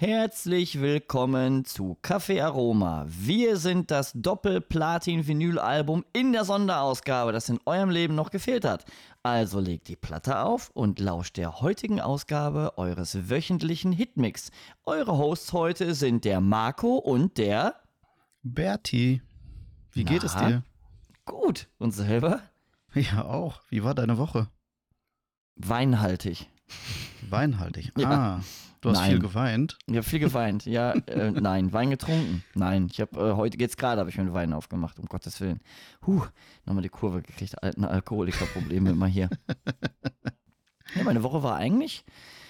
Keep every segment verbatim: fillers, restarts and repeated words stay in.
Herzlich willkommen zu Café Aroma. Wir sind das Doppel-Platin-Vinyl-Album in der Sonderausgabe, das in eurem Leben noch gefehlt hat. Also legt die Platte auf und lauscht der heutigen Ausgabe eures wöchentlichen Hitmix. Eure Hosts heute sind der Marco und der Berti. Wie geht Na, es dir? Gut. Und selber? Ja, auch. Wie war deine Woche? Weinhaltig. Weinhaltig. Ja. Ah, du hast Nein. viel geweint. Ich habe viel geweint. Ja, äh, nein. Wein getrunken? Nein. Ich habe äh, heute, jetzt gerade habe ich mir Wein aufgemacht, um Gottes Willen. Huh, nochmal die Kurve gekriegt. Alten Alkoholikerprobleme immer hier. Ja, meine Woche war eigentlich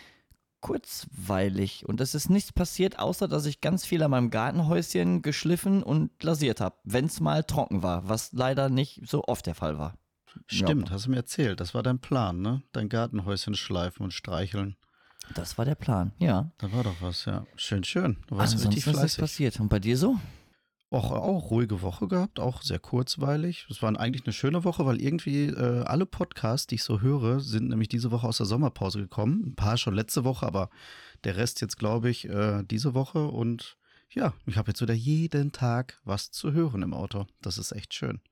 kurzweilig und es ist nichts passiert, außer dass ich ganz viel an meinem Gartenhäuschen geschliffen und glasiert habe, wenn es mal trocken war, was leider nicht so oft der Fall war. Stimmt, Ja, hast du mir erzählt. Das war dein Plan, ne? Dein Gartenhäuschen schleifen und streicheln. das war der Plan, ja. Da war doch was, ja. Schön, schön. Du warst Ansonsten richtig ist nichts fleißig. passiert. Und bei dir so? Auch, auch ruhige Woche gehabt, auch sehr kurzweilig. Es war eigentlich eine schöne Woche, weil irgendwie äh, alle Podcasts, die ich so höre, sind nämlich diese Woche aus der Sommerpause gekommen. Ein paar schon letzte Woche, aber der Rest jetzt, glaube ich, äh, diese Woche. Und ja, ich habe jetzt wieder jeden Tag was zu hören im Auto. Das ist echt schön.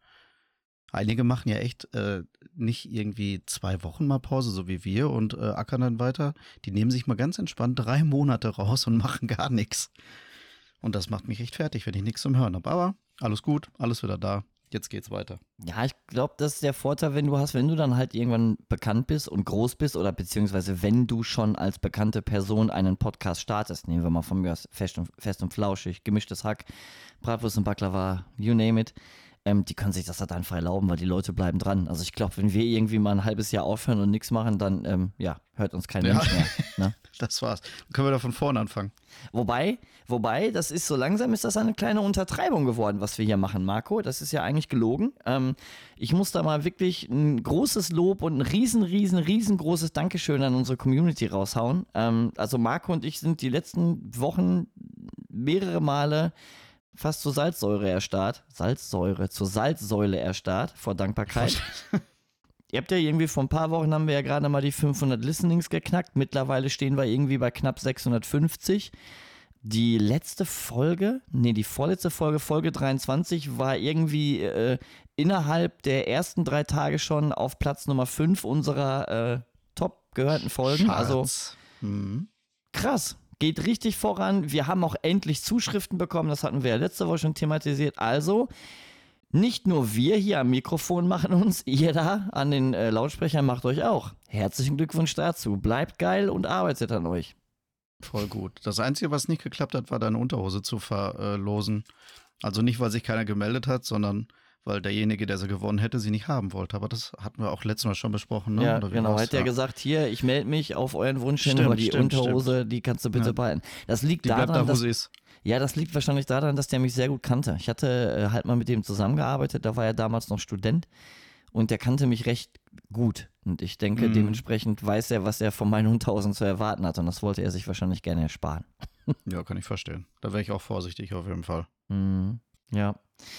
Einige machen ja echt äh, nicht irgendwie zwei Wochen mal Pause, so wie wir, und äh, ackern dann weiter. Die nehmen sich mal ganz entspannt drei Monate raus und machen gar nichts. Und das macht mich echt fertig, wenn ich nichts zum Hören habe. Aber alles gut, alles wieder da. Jetzt geht's weiter. Ja, ich glaube, das ist der Vorteil, wenn du hast, wenn du dann halt irgendwann bekannt bist und groß bist oder beziehungsweise wenn du schon als bekannte Person einen Podcast startest, nehmen wir mal von mir aus Fest und, Fest und Flauschig, gemischtes Hack, Bratwurst und Baklava, you name it. Ähm, die können sich das halt einfach erlauben, weil die Leute bleiben dran. Also ich glaube, wenn wir irgendwie mal ein halbes Jahr aufhören und nichts machen, dann ähm, ja, hört uns kein Ja. Mensch mehr. Ne? Das war's. Dann können wir da von vorne anfangen. Wobei, wobei, das ist so langsam ist das eine kleine Untertreibung geworden, was wir hier machen, Marco. Das ist ja eigentlich gelogen. Ähm, ich muss da mal wirklich ein großes Lob und ein riesen, riesen, riesengroßes Dankeschön an unsere Community raushauen. Ähm, also Marco und ich sind die letzten Wochen mehrere Male fast zur Salzsäure erstarrt. Salzsäure, zur Salzsäule erstarrt, vor Dankbarkeit. Ihr habt ja irgendwie vor ein paar Wochen haben wir ja gerade mal die fünfhundert Listenings geknackt. Mittlerweile stehen wir irgendwie bei knapp sechshundertfünfzig. Die letzte Folge, nee, die vorletzte Folge, Folge dreiundzwanzig, war irgendwie äh, innerhalb der ersten drei Tage schon auf Platz Nummer fünf unserer äh, top gehörten Folgen. Schatz. Also Mhm. krass. Geht richtig voran. Wir haben auch endlich Zuschriften bekommen. Das hatten wir ja letzte Woche schon thematisiert. Also, nicht nur wir hier am Mikrofon machen uns, ihr da an den äh, Lautsprechern macht euch auch. Herzlichen Glückwunsch dazu. Bleibt geil und arbeitet an euch. Voll gut. Das Einzige, was nicht geklappt hat, war deine Unterhose zu verlosen. Also nicht, weil sich keiner gemeldet hat, sondern weil derjenige, der sie gewonnen hätte, sie nicht haben wollte. Aber das hatten wir auch letztes Mal schon besprochen, ne? Ja, Oder wie genau. war's? Hat er Ja. gesagt, hier, ich melde mich auf euren Wunsch hin, Stimmt, aber die stimmt, Unterhose, die kannst du bitte Ja. behalten. Das liegt Die bleibt daran, da, wo dass, sie ist. ja, das liegt wahrscheinlich daran, dass der mich sehr gut kannte. Ich hatte äh, halt mal mit dem zusammengearbeitet, da war er damals noch Student und der kannte mich recht gut. Und ich denke, Mhm. dementsprechend weiß er, was er von meinen Hundtausend zu erwarten hat und das wollte er sich wahrscheinlich gerne ersparen. Ja, kann ich verstehen. Da wäre ich auch vorsichtig auf jeden Fall. Mhm. Ja.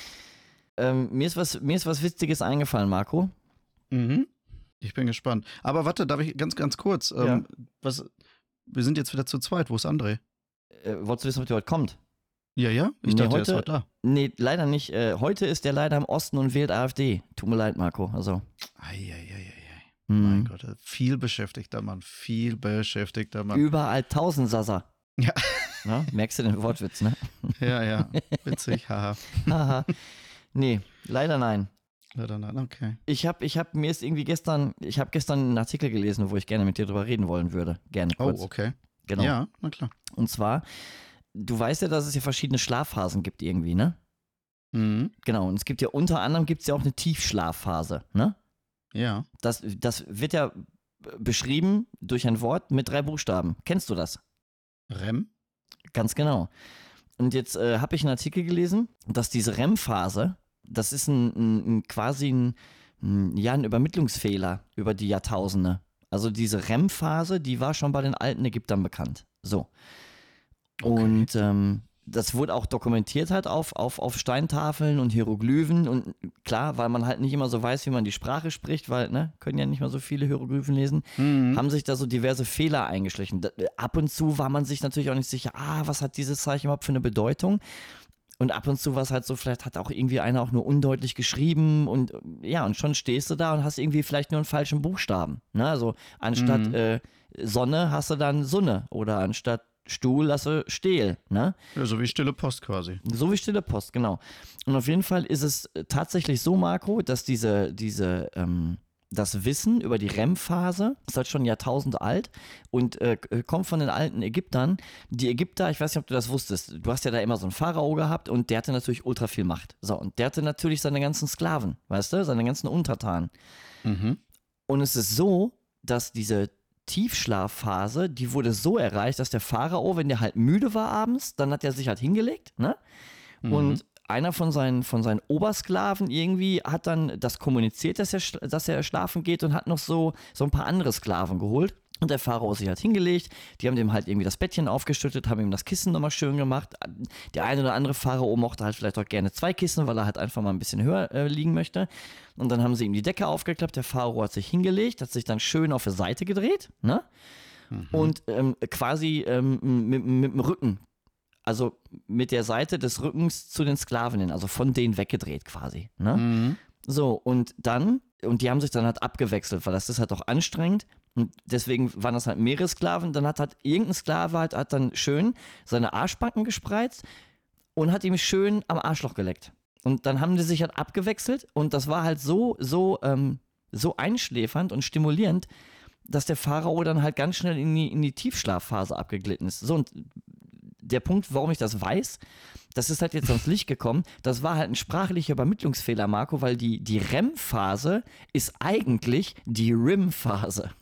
Ähm, mir, ist was, mir ist was Witziges eingefallen, Marco. Mhm. Ich bin gespannt. Aber warte, darf ich ganz, ganz kurz? Ähm, Ja. was, wir sind jetzt wieder zu zweit. Wo ist André? Äh, wolltest du wissen, ob der heute kommt? Ja, ja? Ich Nee, dachte, er ist heute- heute da. Nee, leider nicht. Äh, heute ist der leider im Osten und wählt AfD. Tut mir leid, Marco. Also. Eieieiei. mhm. Mein Gott, viel beschäftigter Mann. Viel beschäftigter Mann. Überall tausend Sasa. Ja. Ja, merkst du den Wortwitz, ne? Ja, ja. Witzig, haha. Haha. Nee, leider nein. Leider nein, okay. Ich habe, ich habe, mir ist irgendwie gestern, ich habe gestern einen Artikel gelesen, wo ich gerne mit dir drüber reden wollen würde. Gerne Oh, kurz. okay. Genau. Ja, na klar. Und zwar, du weißt ja, dass es ja verschiedene Schlafphasen gibt irgendwie, ne? Mhm. Genau. Und es gibt ja unter anderem gibt's ja auch eine Tiefschlafphase, ne? Ja. Das, das wird ja beschrieben durch ein Wort mit drei Buchstaben. Kennst du das? Rem? Ganz genau. Und jetzt äh, habe ich einen Artikel gelesen, dass diese R E M-Phase, das ist ein, ein, ein quasi ein, ein, ja, ein Übermittlungsfehler über die Jahrtausende. Also diese R E M-Phase, die war schon bei den alten Ägyptern bekannt. So. Okay. Und ähm, das wurde auch dokumentiert halt auf, auf, auf Steintafeln und Hieroglyphen und klar, weil man halt nicht immer so weiß, wie man die Sprache spricht, weil, ne, können ja nicht mal so viele Hieroglyphen lesen, mhm. haben sich da so diverse Fehler eingeschlichen. Da, ab und zu war man sich natürlich auch nicht sicher, ah, was hat dieses Zeichen überhaupt für eine Bedeutung? Und ab und zu war es halt so, vielleicht hat auch irgendwie einer auch nur undeutlich geschrieben und ja, und schon stehst du da und hast irgendwie vielleicht nur einen falschen Buchstaben. Ne? Also anstatt mhm. äh, Sonne hast du dann Sonne oder anstatt Stuhl hast du Stehl. Ne? Ja, so wie stille Post quasi. So wie stille Post, genau. Und auf jeden Fall ist es tatsächlich so, Marco, dass diese, diese ähm, das Wissen über die R E M-Phase ist halt schon Jahrtausende alt und äh, kommt von den alten Ägyptern. Die Ägypter, ich weiß nicht, ob du das wusstest, du hast ja da immer so einen Pharao gehabt und der hatte natürlich ultra viel Macht. So, und der hatte natürlich seine ganzen Sklaven, weißt du, seine ganzen Untertanen. Mhm. Und es ist so, dass diese Tiefschlafphase, die wurde so erreicht, dass der Pharao, wenn der halt müde war abends, dann hat er sich halt hingelegt, ne? Mhm. Und einer von seinen, von seinen Obersklaven irgendwie hat dann das kommuniziert, dass er, dass er schlafen geht und hat noch so, so ein paar andere Sklaven geholt. Und der Pharao sich halt hingelegt, die haben dem halt irgendwie das Bettchen aufgeschüttet, haben ihm das Kissen nochmal schön gemacht. Der eine oder andere Pharao mochte halt vielleicht auch gerne zwei Kissen, weil er halt einfach mal ein bisschen höher äh, liegen möchte. Und dann haben sie ihm die Decke aufgeklappt, der Pharao hat sich hingelegt, hat sich dann schön auf die Seite gedreht, ne? Mhm. Und ähm, quasi ähm, mit, mit dem Rücken, also mit der Seite des Rückens zu den Sklavinnen, also von denen weggedreht quasi, ne? Mhm. So, und dann, und die haben sich dann halt abgewechselt, weil das ist halt auch anstrengend. Und deswegen waren das halt mehrere Sklaven. Dann hat halt irgendein Sklave halt, hat dann schön seine Arschbacken gespreizt und hat ihm schön am Arschloch geleckt. Und dann haben die sich halt abgewechselt und das war halt so, so, ähm, so einschläfernd und stimulierend, dass der Pharao dann halt ganz schnell in die, in die Tiefschlafphase abgeglitten ist. So, und der Punkt, warum ich das weiß, das ist halt jetzt ans Licht gekommen, das war halt ein sprachlicher Übermittlungsfehler, Marco, weil die, die R E M-Phase ist eigentlich die R I M-Phase.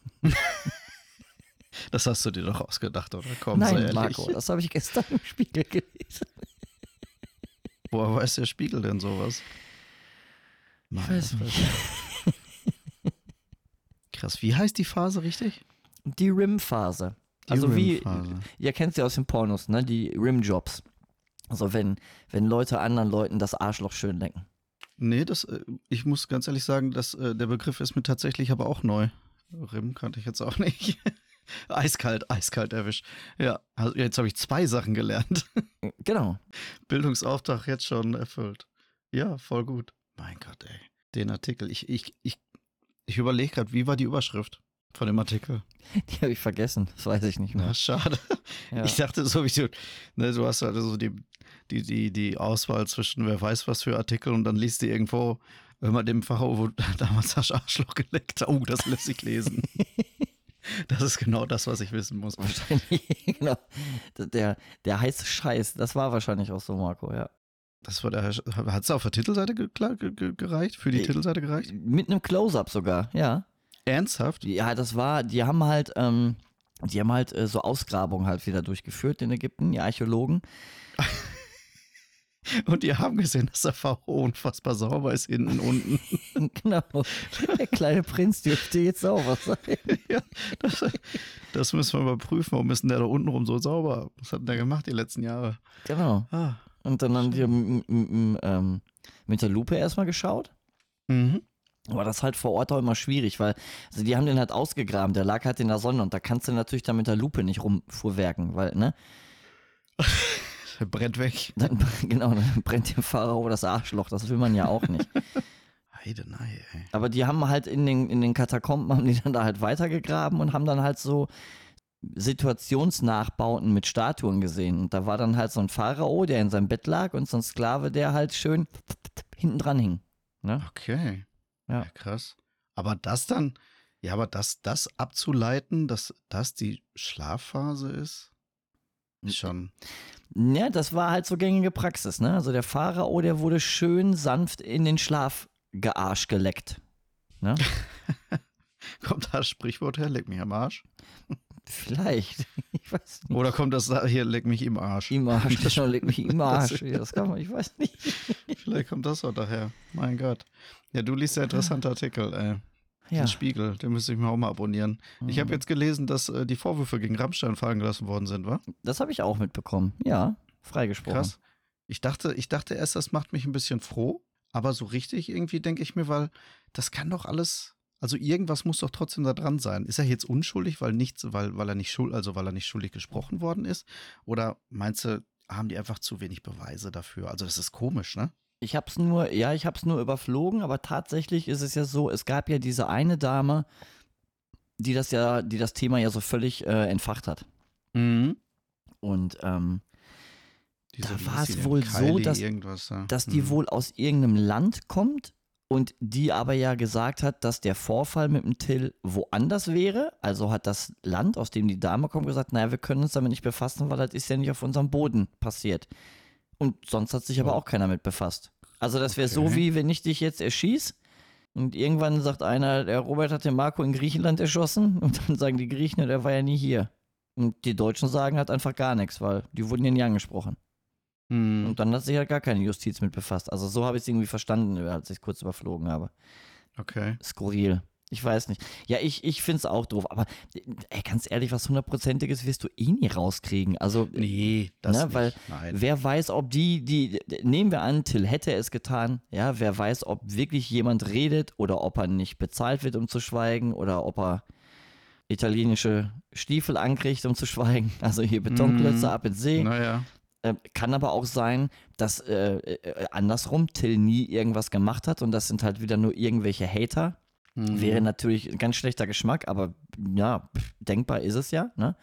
Das hast du dir doch ausgedacht, oder? Komm, Nein, sei ehrlich. Marco, das habe ich gestern im Spiegel gelesen. Woher weiß der Spiegel denn sowas? Nein, ich weiß nicht. Krass, wie heißt die Phase richtig? Die R I M-Phase. Die Also wie, R I M-Phase. ihr kennt sie aus den Pornos, ne? Die R I M-Jobs. Also wenn, wenn Leute anderen Leuten das Arschloch schön lecken. Nee, das, ich muss ganz ehrlich sagen, dass, der Begriff ist mir tatsächlich aber auch neu. R I M kannte ich jetzt auch nicht. Eiskalt, eiskalt erwischt. Ja, also jetzt habe ich zwei Sachen gelernt. Genau. Bildungsauftrag jetzt schon erfüllt. Ja, voll gut. Mein Gott, ey. Den Artikel. Ich, ich, ich, ich überlege gerade, wie war die Überschrift von dem Artikel? Die habe ich vergessen. Das weiß ich nicht mehr. Na, schade. Ja. Ich dachte so, wie du, ne, du hast halt so die, die, die, die Auswahl zwischen wer weiß was für Artikel und dann liest du irgendwo, wenn man dem Pharao damals das Arschloch geleckt hat. Oh, das lässt sich lesen. Das ist genau das, was ich wissen muss. Wahrscheinlich, genau. Der, der heiße Scheiß, das war wahrscheinlich auch so, Marco, ja. Das war der, hat es auf der Titelseite ge ge gereicht? Für die ich, Titelseite gereicht? Mit einem Close-Up sogar, ja. Ernsthaft? Ja, das war, die haben halt, ähm, die haben halt äh, so Ausgrabungen halt wieder durchgeführt in Ägypten, die Archäologen. Und die haben gesehen, dass der Pharao unfassbar sauber ist, hinten, unten. Genau. Der kleine Prinz dürfte jetzt sauber sein. Ja, das, das müssen wir überprüfen. Warum ist denn der da unten rum so sauber? Was hat denn der gemacht die letzten Jahre? Genau. Ah, und dann haben die ähm, mit der Lupe erstmal geschaut. Mhm. Aber das ist halt vor Ort auch immer schwierig, weil also die haben den halt ausgegraben. Der lag halt in der Sonne und da kannst du natürlich dann mit der Lupe nicht rumfuhrwerken, weil, ne? Der brennt weg. Dann, genau, dann brennt dem Pharao das Arschloch. Das will man ja auch nicht. Heidenei, ey. Aber die haben halt in den, in den Katakomben, haben die dann da halt weitergegraben und haben dann halt so Situationsnachbauten mit Statuen gesehen. Und da war dann halt so ein Pharao, der in seinem Bett lag und so ein Sklave, der halt schön hinten dran hing. Ne? Okay. Ja. Ja, krass. Aber das dann, ja, aber das, das abzuleiten, dass das die Schlafphase ist, ist schon. Ja, das war halt so gängige Praxis, ne? Also der Pharao, der wurde schön sanft in den Schlaf gearsch geleckt. Ne? Kommt das Sprichwort her, leck mich am Arsch? Vielleicht. Ich weiß nicht. Oder kommt das hier, leck mich im Arsch? Im Arsch, das schon, leck mich im Arsch. Ja, das kann man, ich weiß nicht. Vielleicht kommt das auch daher. Mein Gott. Ja, du liest ja interessante Artikel, ey. Ja. Den Spiegel, den müsste ich mir auch mal abonnieren. Mhm. Ich habe jetzt gelesen, dass äh, die Vorwürfe gegen Rammstein fallen gelassen worden sind, wa? Das habe ich auch mitbekommen, ja. freigesprochen. Krass. Ich dachte, ich dachte erst, das macht mich ein bisschen froh, aber so richtig irgendwie denke ich mir, weil das kann doch alles, also irgendwas muss doch trotzdem da dran sein. Ist er jetzt unschuldig, weil nichts, weil, weil er nicht schuld, also weil er nicht schuldig gesprochen worden ist? Oder meinst du, haben die einfach zu wenig Beweise dafür? Also das ist komisch, ne? Ich hab's nur, ja, ich hab's nur überflogen, aber tatsächlich ist es ja so, es gab ja diese eine Dame, die das ja, die das Thema ja so völlig äh, entfacht hat. Mhm. Und ähm, Diese, da wie war hieß es die wohl denn? so, Kylie dass, irgendwas, ja. dass die Mhm. wohl aus irgendeinem Land kommt und die aber ja gesagt hat, dass der Vorfall mit dem Till woanders wäre. Also hat das Land, aus dem die Dame kommt, gesagt, naja, wir können uns damit nicht befassen, weil das ist ja nicht auf unserem Boden passiert. Und sonst hat sich aber Oh. auch keiner mit befasst. Also das wäre so, Okay. wie wenn ich dich jetzt erschieß und irgendwann sagt einer, der Robert hat den Marco in Griechenland erschossen und dann sagen die Griechen, der war ja nie hier. Und die Deutschen sagen halt einfach gar nichts, weil die wurden ja nie angesprochen. Mhm. Und dann hat sich halt gar keine Justiz mit befasst. Also so habe ich es irgendwie verstanden, als ich es kurz überflogen habe. Okay. Skurril. Ich weiß nicht. Ja, ich, ich finde es auch doof. Aber ey, ganz ehrlich, was hundertprozentiges wirst du eh nie rauskriegen. Also, Nee, das ne, nicht. weil Nein. wer weiß, ob die, die, nehmen wir an, Till hätte es getan. Ja, wer weiß, ob wirklich jemand redet oder ob er nicht bezahlt wird, um zu schweigen oder ob er italienische Stiefel ankriegt, um zu schweigen. Also hier Betonklötze Mhm. ab ins See. Naja. Äh, kann aber auch sein, dass äh, äh, andersrum Till nie irgendwas gemacht hat und das sind halt wieder nur irgendwelche Hater. Mhm. Wäre natürlich ein ganz schlechter Geschmack, aber ja, pff, denkbar ist es ja, ne?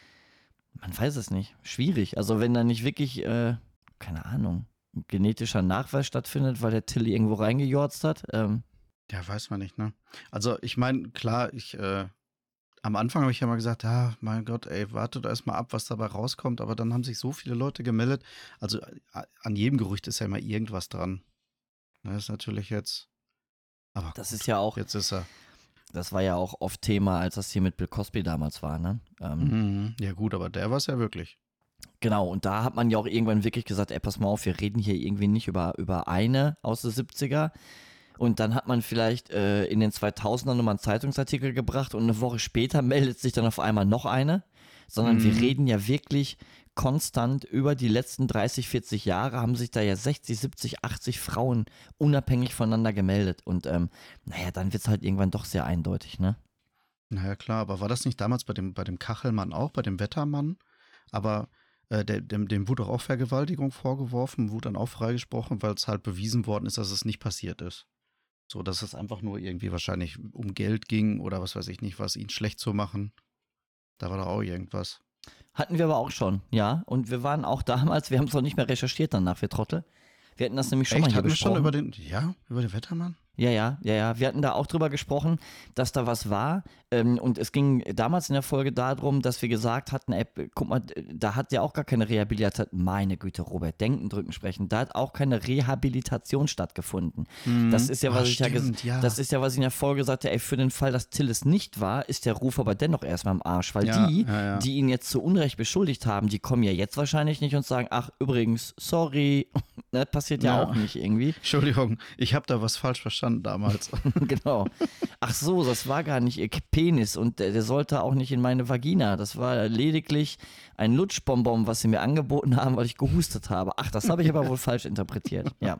Man weiß es nicht. Schwierig. Also wenn da nicht wirklich, äh, keine Ahnung, ein genetischer Nachweis stattfindet, weil der Till irgendwo reingejorzt hat. Ähm, Ja, weiß man nicht, ne? Also ich meine, klar, ich, äh, am Anfang habe ich ja mal gesagt, ah, mein Gott, ey, warte doch erstmal ab, was dabei rauskommt, aber dann haben sich so viele Leute gemeldet. Also a- an jedem Gerücht ist ja immer irgendwas dran. Das ist natürlich jetzt, aber das gut, ist ja auch, jetzt ist er. das war ja auch oft Thema, als das hier mit Bill Cosby damals war, ne? Ähm, Mhm. Ja gut, aber der war es ja wirklich. Genau, und da hat man ja auch irgendwann wirklich gesagt, ey, pass mal auf, wir reden hier irgendwie nicht über, über eine aus den siebziger. Und dann hat man vielleicht äh, in den zweitausendern nochmal einen Zeitungsartikel gebracht und eine Woche später meldet sich dann auf einmal noch eine. Sondern Mhm. wir reden ja wirklich konstant über die letzten dreißig, vierzig Jahre haben sich da ja sechzig, siebzig, achtzig Frauen unabhängig voneinander gemeldet. Und ähm, naja, dann wird es halt irgendwann doch sehr eindeutig, ne? Naja, klar, aber war das nicht damals bei dem, bei dem Kachelmann auch, bei dem Wettermann? Aber äh, der, dem, dem wurde doch auch Vergewaltigung vorgeworfen, wurde dann auch freigesprochen, weil es halt bewiesen worden ist, dass es nicht passiert ist. So, dass es einfach nur irgendwie wahrscheinlich um Geld ging oder was weiß ich nicht, was ihn schlecht zu machen. Da war doch auch irgendwas. Hatten wir aber auch schon, ja. Und wir waren auch damals, wir haben es noch nicht mehr recherchiert danach, wir Trottel. Wir hatten das nämlich schon mal Echt? hier Hatten wir besprochen. schon über den, ja, über den Wettermann? Ja, ja, ja, ja. Wir hatten da auch drüber gesprochen, dass da was war. Ähm, und es ging damals in der Folge darum, dass wir gesagt hatten, ey, guck mal, da hat ja auch gar keine Rehabilitation. Meine Güte, Robert, denken, drücken, sprechen. Da hat auch keine Rehabilitation stattgefunden. Das ist ja, was Ah, ich ja, ges- stimmt, ja. das ist ja, was ich in der Folge sagte, ey, für den Fall, dass Till es nicht war, ist der Ruf aber dennoch erstmal im Arsch. Weil Ja, die, ja, ja. die ihn jetzt zu Unrecht beschuldigt haben, die kommen ja jetzt wahrscheinlich nicht und sagen, ach, übrigens, sorry. Das passiert ja, Ja. auch nicht irgendwie. Entschuldigung, ich habe da was falsch verstanden damals. Genau. Ach so, das war gar nicht ihr Penis und der, der sollte auch nicht in meine Vagina. Das war lediglich ein Lutschbonbon, was sie mir angeboten haben, weil ich gehustet habe. Ach, das habe ich aber wohl falsch interpretiert. Ja.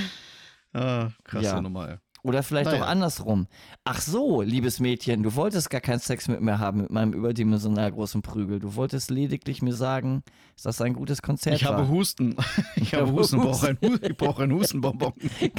Ah, krasse Ja. Nummer, ey. Oder vielleicht Naja. auch andersrum. Ach so, liebes Mädchen, du wolltest gar keinen Sex mit mir haben, mit meinem überdimensional großen Prügel. Du wolltest lediglich mir sagen, dass das ein gutes Konzert Ich war. habe Husten. Ich habe habe Husten, Husten. brauche ein, Hu- ich brauche ein Hustenbonbon.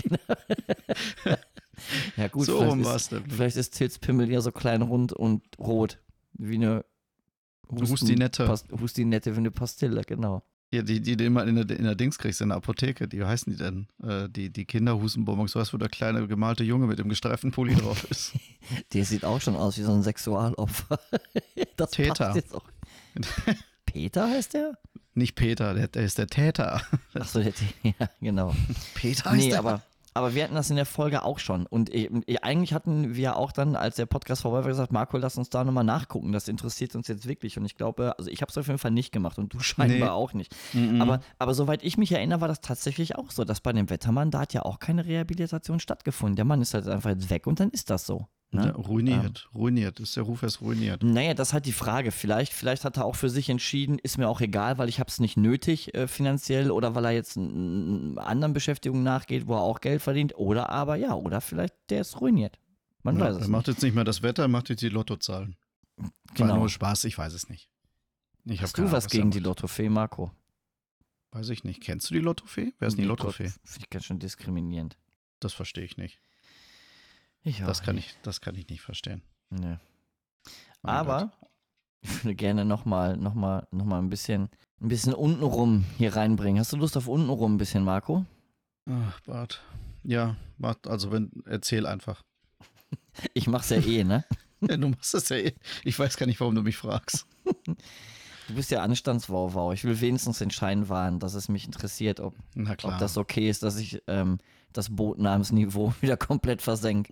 Ja gut, So vielleicht, rum ist, war's denn. vielleicht ist Tills Pimmel ja so klein, rund und rot. Wie eine Husten- Hustinette. Pas- Hustinette wie eine Pastille, genau. Ja, die, die du immer in der, in der Dings kriegst, in der Apotheke, die wie heißen die denn? Äh, die, die Kinderhustenbonbons, so was, wo der kleine gemalte Junge mit dem gestreiften Pulli drauf ist. Der sieht auch schon aus wie so ein Sexualopfer. Das Täter. passt jetzt auch. Peter heißt der? Nicht Peter, der, der ist der Täter. Achso, der ja, genau. Peter Nee, aber, aber wir hatten das in der Folge auch schon. Und ich, ich, eigentlich hatten wir auch dann, als der Podcast vorbei war, gesagt, Marco, lass uns da nochmal nachgucken. Das interessiert uns jetzt wirklich. Und ich glaube, also ich habe es auf jeden Fall nicht gemacht und du scheinbar Nee. auch nicht. Mhm. Aber, aber soweit ich mich erinnere, war das tatsächlich auch so, dass bei dem Wettermann, da hat ja auch keine Rehabilitation stattgefunden. Der Mann ist halt einfach jetzt weg und dann ist das so. Ne? Ja, ruiniert, ähm, ruiniert. Ist der Ruf erst ruiniert? Naja, das ist halt die Frage. Vielleicht, vielleicht hat er auch für sich entschieden, ist mir auch egal, weil ich habe es nicht nötig äh, finanziell oder weil er jetzt n- n- anderen Beschäftigungen nachgeht, wo er auch Geld verdient. Oder aber ja, oder vielleicht der ist ruiniert. Man ja, weiß es er nicht. macht jetzt nicht mehr das Wetter, er macht jetzt die Lottozahlen. Genau. War nur Spaß, ich weiß es nicht. Ich Hast du was, was gegen die Lottofee, Marco? Weiß ich nicht. Kennst du die Lottofee? Wer ist denn die Lottofee? Finde ich ganz schön diskriminierend. Das verstehe ich nicht. Ich auch das, kann nicht. Ich, das kann ich nicht verstehen. Nee. Mein Aber Gott. ich würde gerne nochmal noch mal, noch mal ein bisschen, ein bisschen untenrum hier reinbringen. Hast du Lust auf untenrum ein bisschen, Marco? Ach, Bart. Ja, also wenn, erzähl einfach. Ich mach's ja eh, ne? Ja, du machst es ja eh. Ich weiß gar nicht, warum du mich fragst. Du bist ja Anstandswauwau. Ich will wenigstens den Schein wahren, dass es mich interessiert, ob, Na klar. ob das okay ist, dass ich ähm, das Botnamensniveau wieder komplett versenke.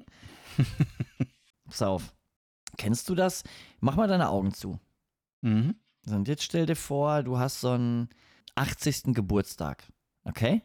Pass auf. Kennst du das? Mach mal deine Augen zu. Mhm. Und jetzt stell dir vor, du hast so einen achtzigsten Geburtstag. Okay?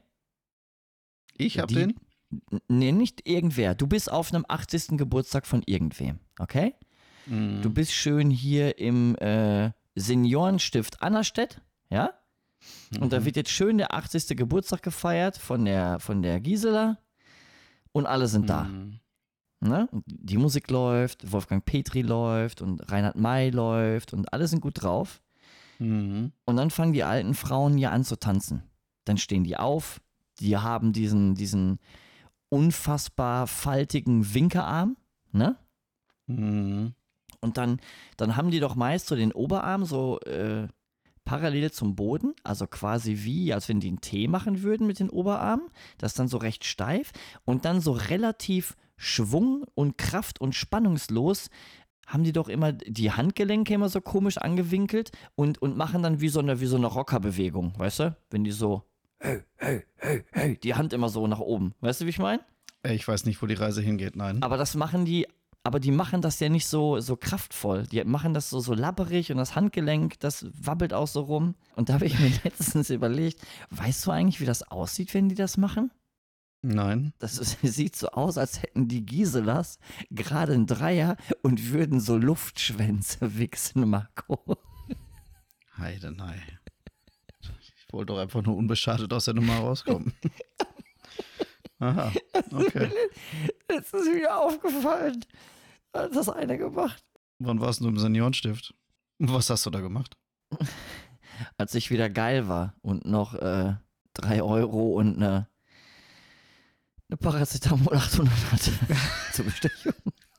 Ich hab Die, den? Nee, nicht irgendwer. Du bist auf einem achtzigsten Geburtstag von irgendwem. Okay? Mhm. Du bist schön hier im äh, Seniorenstift Annerstedt, ja? Und mhm. da wird jetzt schön der achtzigste Geburtstag gefeiert von der, von der Gisela und alle sind da. Mhm. Ne? Und die Musik läuft, Wolfgang Petri läuft und Reinhard May läuft und alle sind gut drauf. Mhm. Und dann fangen die alten Frauen hier an zu tanzen. Dann stehen die auf, die haben diesen, diesen unfassbar faltigen Winkearm, ne? Mhm. Und dann, dann haben die doch meist so den Oberarm so äh, parallel zum Boden, also quasi wie, als wenn die einen T machen würden mit den Oberarmen. Das ist dann so recht steif und dann so relativ schwung- und kraft- und spannungslos haben die doch immer die Handgelenke immer so komisch angewinkelt und, und machen dann wie so eine, wie so eine Rockerbewegung, weißt du? Wenn die so, hey, hey, hey, hey, die Hand immer so nach oben. Weißt du, wie ich meine? Ich weiß nicht, wo die Reise hingeht, nein. Aber das machen die Aber die machen das ja nicht so, so kraftvoll. Die machen das so, so labberig und das Handgelenk, das wabbelt auch so rum. Und da habe ich mir letztens überlegt, weißt du eigentlich, wie das aussieht, wenn die das machen? Nein. Das ist, sieht so aus, als hätten die Giselas gerade einen Dreier und würden so Luftschwänze wichsen, Marco. Heide, nein. Ich wollte doch einfach nur unbeschadet aus der Nummer rauskommen. Aha, okay. Jetzt ist mir aufgefallen. Hat das einer gemacht. Wann warst du im Seniorenstift? Was hast du da gemacht? Als ich wieder geil war und noch äh, drei Euro und eine, eine Paracetamol achthundert hatte zur Bestechung.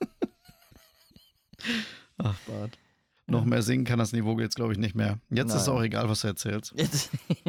Ach, Bart. Noch mehr singen kann das Niveau jetzt, glaube ich, nicht mehr. Jetzt Nein. ist es auch egal, was du erzählst. Jetzt,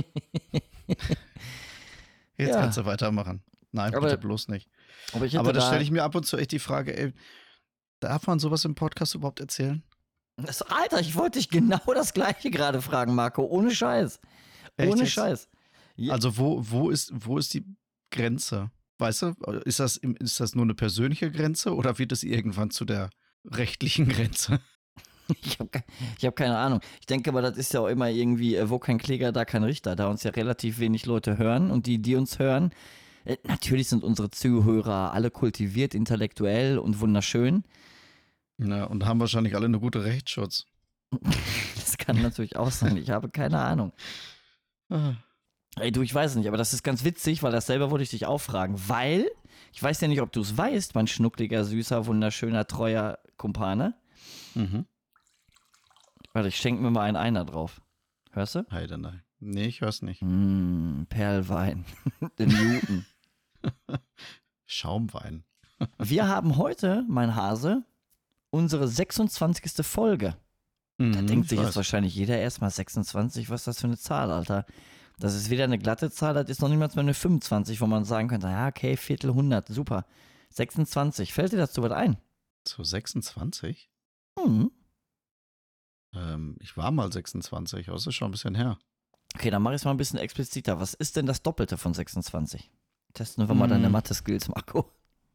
Jetzt Ja. kannst du weitermachen. Nein, Aber- bitte bloß nicht. aber ich hätte Aber da da, stelle ich mir ab und zu echt die Frage, ey, darf man sowas im Podcast überhaupt erzählen? das, Alter, ich wollte dich genau das gleiche gerade fragen, Marco. Ohne Scheiß. Echt Ohne jetzt? Scheiß. Ja. Also wo, wo, ist, wo ist die Grenze? Weißt du, ist das, im- ist das nur eine persönliche Grenze oder wird es irgendwann zu der rechtlichen Grenze? Ich habe ich hab keine Ahnung. Ich denke aber, das ist ja auch immer irgendwie, äh, wo kein Kläger, da kein Richter. Da uns ja relativ wenig Leute hören und die, die uns hören, äh, natürlich sind unsere Zuhörer alle kultiviert, intellektuell und wunderschön. Ja, und haben wahrscheinlich alle einen guten Rechtsschutz. Das kann natürlich auch sein. Ich habe keine Ahnung. Ah. Ey, du, ich weiß es nicht, aber das ist ganz witzig, weil das selber wollte ich dich auch fragen. Weil, ich weiß ja nicht, ob du es weißt, mein schnuckliger, süßer, wunderschöner, treuer Kumpane. Mhm. Warte, ich schenke mir mal einen Einer drauf. Hörst du? Heide, nein. Nee, ich hör's nicht. Mmh, Perlwein. Den Newton. Schaumwein. Wir haben heute, mein Hase, unsere sechsundzwanzigste Folge. Da Mhm, denkt ich sich jetzt weiß. wahrscheinlich jeder erstmal sechsundzwanzig, was ist das für eine Zahl, Alter? Das ist wieder eine glatte Zahl, das ist noch niemals mal eine fünfundzwanzig, wo man sagen könnte, ja, okay, Viertel hundert, super. sechsundzwanzig, fällt dir dazu was ein? Zu sechsundzwanzig? Hm. Ähm, ich war mal sechsundzwanzig, aber das ist schon ein bisschen her. Okay, dann mache ich es mal ein bisschen expliziter. Was ist denn das Doppelte von sechsundzwanzig? Testen wir mal deine Hm. Mathe-Skills, Marco.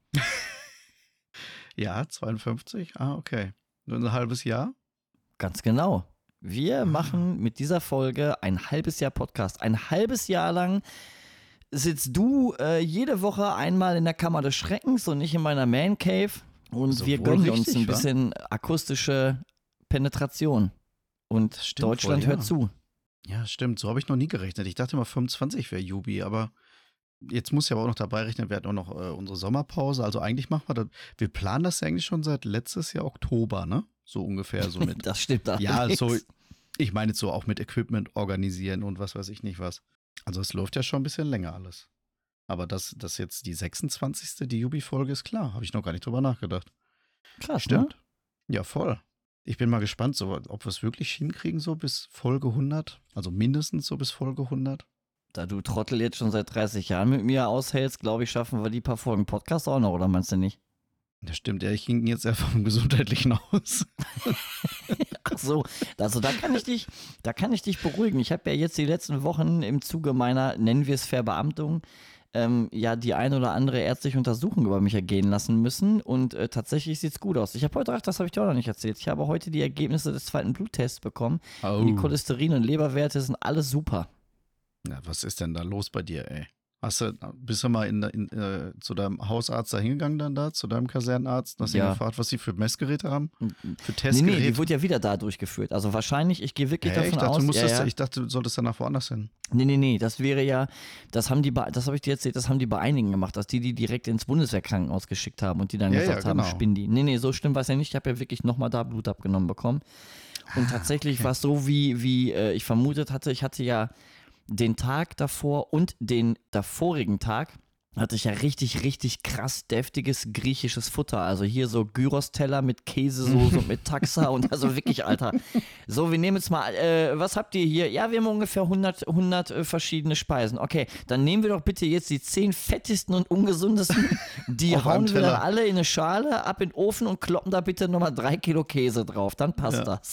Ja, zweiundfünfzig? Ah, okay. Nur ein halbes Jahr? Ganz genau. Wir machen mit dieser Folge ein halbes Jahr Podcast. Ein halbes Jahr lang sitzt du äh, jede Woche einmal in der Kammer des Schreckens und nicht in meiner Man Cave. Und So wir wohl gönnen uns richtig, ein wa? bisschen akustische Penetration. Und Stimmt Deutschland wohl, hört ja. zu. Ja, stimmt. So habe ich noch nie gerechnet. Ich dachte immer fünfundzwanzig wäre Jubi, aber jetzt muss ich aber auch noch dabei rechnen, wir hatten auch noch äh, unsere Sommerpause. Also eigentlich machen wir das, wir planen das ja eigentlich schon seit letztes Jahr Oktober, ne? So ungefähr, so mit. Das stimmt Ja, allerdings. so, ich meine jetzt so auch mit Equipment organisieren und was weiß ich nicht was. Also es läuft ja schon ein bisschen länger alles. Aber dass das jetzt die sechsundzwanzigste die Jubi-Folge ist, klar, habe ich noch gar nicht drüber nachgedacht. Krass, Stimmt. ne? Ja, voll. Ich bin mal gespannt, so, ob wir es wirklich hinkriegen, so bis Folge hundert. Also mindestens so bis Folge hundert. Da du Trottel jetzt schon seit dreißig Jahren mit mir aushältst, glaube ich, schaffen wir die paar Folgen Podcast auch noch, oder meinst du nicht? Das stimmt, ja, ich ging jetzt einfach vom Gesundheitlichen aus. Ach so, also da kann ich dich, da kann ich dich beruhigen. Ich habe ja jetzt die letzten Wochen im Zuge meiner, nennen wir es Verbeamtung, ähm, ja die ein oder andere ärztliche Untersuchung über mich ergehen lassen müssen und äh, tatsächlich sieht es gut aus. Ich habe heute, ach, das habe ich dir auch noch nicht erzählt, ich habe heute die Ergebnisse des zweiten Bluttests bekommen. Oh. Und die Cholesterin- und Leberwerte sind alles super. Ja, was ist denn da los bei dir, ey? Hast du, bist du mal in, in, äh, zu deinem Hausarzt da hingegangen dann da, zu deinem Kasernenarzt? Hast du ihn Ja. gefragt, was sie für Messgeräte haben? Für Nee, Testgeräte? nee, die wurde ja wieder da durchgeführt. Also wahrscheinlich, ich gehe wirklich Hä, davon ich, dachte, aus. du musstest, ja, ja. ich dachte, du solltest danach woanders hin. Nee, nee, nee, das wäre ja, das haben die, bei- das habe ich dir erzählt, das haben die bei einigen gemacht, dass die die direkt ins Bundeswehrkrankenhaus geschickt haben und die dann Ja, gesagt ja, haben, genau. spinnen die. Nee, nee, so schlimm war es ja nicht. Ich habe ja wirklich nochmal da Blut abgenommen bekommen. Und tatsächlich okay. war es so, wie, wie äh, ich vermutet hatte. Ich hatte ja den Tag davor und den davorigen Tag hatte ich ja richtig, richtig krass deftiges griechisches Futter. Also hier so Gyros-Teller mit Käsesoße und mit Taxa und also wirklich, Alter. So, wir nehmen jetzt mal, äh, was habt ihr hier? Ja, wir haben ungefähr hundert, hundert äh, verschiedene Speisen. Okay, dann nehmen wir doch bitte jetzt die zehn fettesten und ungesundesten. Die Auf einem hauen wir dann Teller. alle in eine Schale, ab in den Ofen und kloppen da bitte nochmal drei Kilo Käse drauf. Dann passt Ja. das.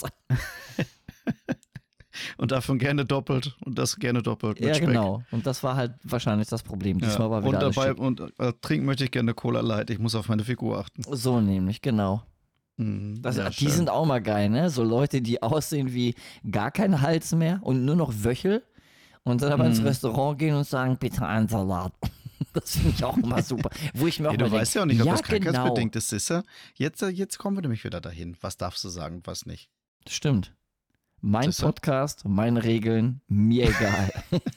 Und davon gerne doppelt und das gerne doppelt mit Ja, Speck. genau. Und das war halt wahrscheinlich das Problem. Ja. Diesmal war wieder Und alles dabei, schick. und äh, trinken möchte ich gerne Cola Light. Ich muss auf meine Figur achten. So nämlich, genau. Mhm. Das, Ja, die schön. sind auch mal geil, ne? So Leute, die aussehen wie gar kein Hals mehr und nur noch Wöchel und dann aber ins Mhm. Restaurant gehen und sagen, bitte einen Salat. Das finde ich auch immer super. Wo ich mir auch Hey, mal du denk, weißt ja auch nicht, ob ja, das genau. krankheitsbedingt ist, Sissa. Jetzt, äh, jetzt kommen wir nämlich wieder dahin. Was darfst du sagen und was nicht? Stimmt. Mein Siehste? Podcast, meine Regeln, mir egal.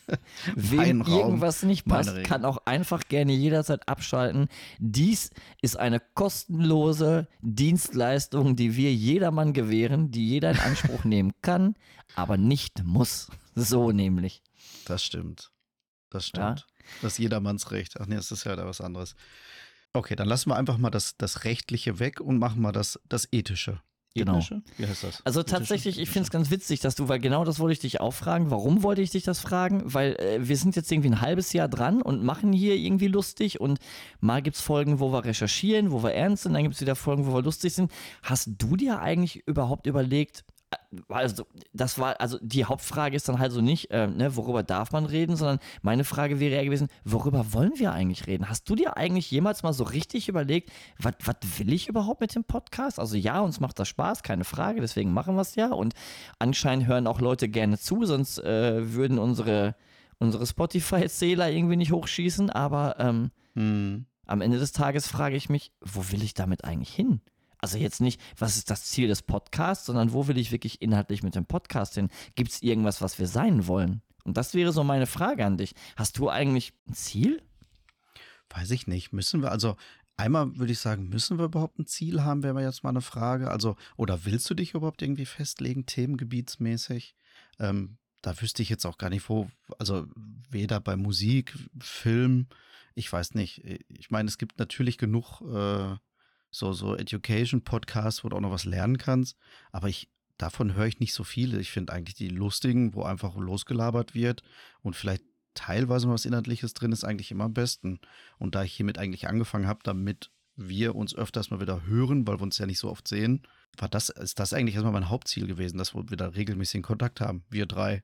Wem Mein Raum, irgendwas nicht meine passt, Regeln. kann auch einfach gerne jederzeit abschalten. Dies ist eine kostenlose Dienstleistung, die wir jedermann gewähren, die jeder in Anspruch nehmen kann, aber nicht muss. So nämlich. Das stimmt. Das Ja. stimmt. Das ist jedermanns Recht. Ach nee, das ist ja da was anderes. Okay, dann lassen wir einfach mal das, das Rechtliche weg und machen mal das, das Ethische. Genau. Ethnische? Wie heißt das? Also Ethische? tatsächlich, ich finde es Ethische. ganz witzig, dass du, weil genau das wollte ich dich auch fragen. Warum wollte ich dich das fragen? Weil äh, wir sind jetzt irgendwie ein halbes Jahr dran und machen hier irgendwie lustig und mal gibt es Folgen, wo wir recherchieren, wo wir ernst sind, dann gibt es wieder Folgen, wo wir lustig sind. Hast du dir eigentlich überhaupt überlegt, äh, also das war, also die Hauptfrage ist dann halt so nicht, äh, ne, worüber darf man reden, sondern meine Frage wäre eher gewesen, worüber wollen wir eigentlich reden? Hast du dir eigentlich jemals mal so richtig überlegt, was will ich überhaupt mit dem Podcast? Also ja, uns macht das Spaß, keine Frage, deswegen machen wir es ja und anscheinend hören auch Leute gerne zu, sonst äh, würden unsere, unsere Spotify-Zähler irgendwie nicht hochschießen, aber ähm, Hm. am Ende des Tages frage ich mich, wo will ich damit eigentlich hin? Also jetzt nicht, was ist das Ziel des Podcasts, sondern wo will ich wirklich inhaltlich mit dem Podcast hin? Gibt es irgendwas, was wir sein wollen? Und das wäre so meine Frage an dich. Hast du eigentlich ein Ziel? Weiß ich nicht. Müssen wir, also einmal würde ich sagen, müssen wir überhaupt ein Ziel haben, wäre mir jetzt mal eine Frage. Also, oder willst du dich überhaupt irgendwie festlegen, themengebietsmäßig? Ähm, da wüsste ich jetzt auch gar nicht, wo, also weder bei Musik, Film, ich weiß nicht. Ich meine, es gibt natürlich genug äh, so, so Education-Podcasts, wo du auch noch was lernen kannst, aber ich, davon höre ich nicht so viele. Ich finde eigentlich die lustigen, wo einfach losgelabert wird und vielleicht teilweise mal was Inhaltliches drin ist, eigentlich immer am besten. Und da ich hiermit eigentlich angefangen habe, damit wir uns öfters mal wieder hören, weil wir uns ja nicht so oft sehen, war das, ist das eigentlich erstmal mein Hauptziel gewesen, dass wir wieder regelmäßigen Kontakt haben, wir drei.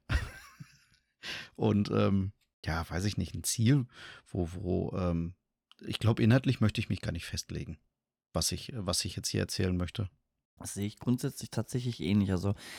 Und ähm, ja, weiß ich nicht, ein Ziel, wo, wo, ähm, ich glaube, inhaltlich möchte ich mich gar nicht festlegen, was ich, was ich jetzt hier erzählen möchte. Das sehe ich grundsätzlich tatsächlich ähnlich. Also